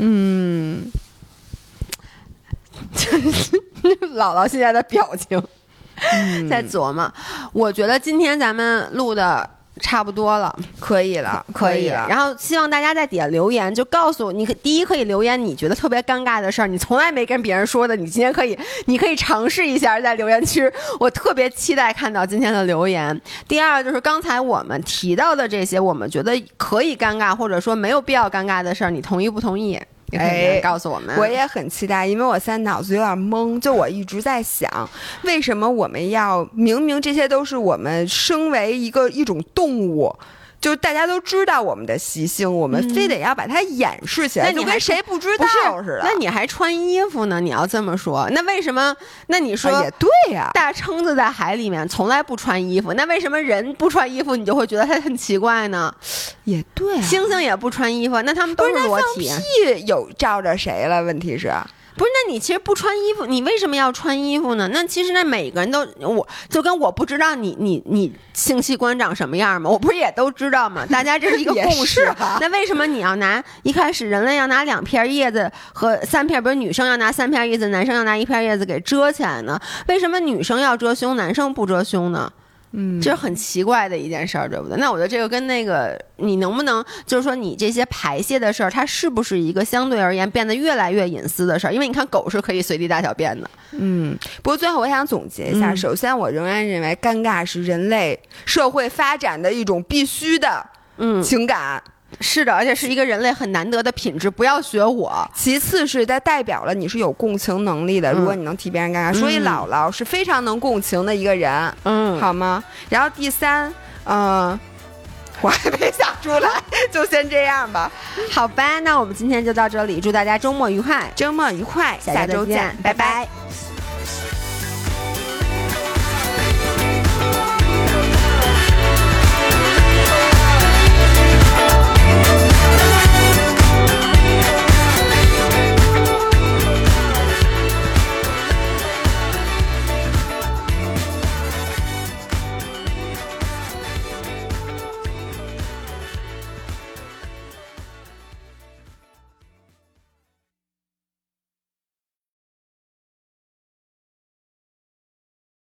姥姥现在的表情在琢磨。我觉得今天咱们录的差不多了， 可以了。 然后希望大家在底下留言，就告诉你，第一可以留言你觉得特别尴尬的事儿，你从来没跟别人说的，你今天你可以尝试一下在留言区，我特别期待看到今天的留言。第二就是刚才我们提到的这些，我们觉得可以尴尬或者说没有必要尴尬的事儿，你同意不同意？也可以告诉我们。 我也很期待，因为我现在脑子有点懵，就我一直在想，为什么我们要明明这些都是我们身为一种动物，就大家都知道我们的习性，我们非得要把它掩饰起来，就跟谁不知道似的。 那你还穿衣服呢？你要这么说，那为什么？那你说也对呀， 大蛏子在海里面从来不穿衣服，那为什么人不穿衣服你就会觉得它很奇怪呢？ 也对、 猩猩也不穿衣服，那他们都是裸体。 放屁有照着谁了？问题是。 不是，那你其实不穿衣服，你为什么要穿衣服呢？那其实那每个人都，我就跟我不知道你性器官长什么样吗？我不是也都知道吗？大家这是一个共识。那为什么你要拿一开始人类要拿2片叶子和3片，比如女生要拿3片叶子，男生要拿1片叶子给遮起来呢？为什么女生要遮胸，男生不遮胸呢？这是很奇怪的一件事儿，对不对？那我觉得这个跟那个你能不能就是说你这些排泄的事儿，它是不是一个相对而言变得越来越隐私的事儿？因为你看狗是可以随地大小便的。 不过最后我想总结一下，首先我仍然认为尴尬是人类社会发展的一种必须的情感。 是的，而且是一个人类很难得的品质，不要学我。 其次是它代表了你是有共情能力的，如果你能替别人尴尬，所以姥姥是非常能共情的一个人，好吗？然后第三，我还没想出来，就先这样吧。 好吧，那我们今天就到这里，祝大家周末愉快， 下周见， 拜拜。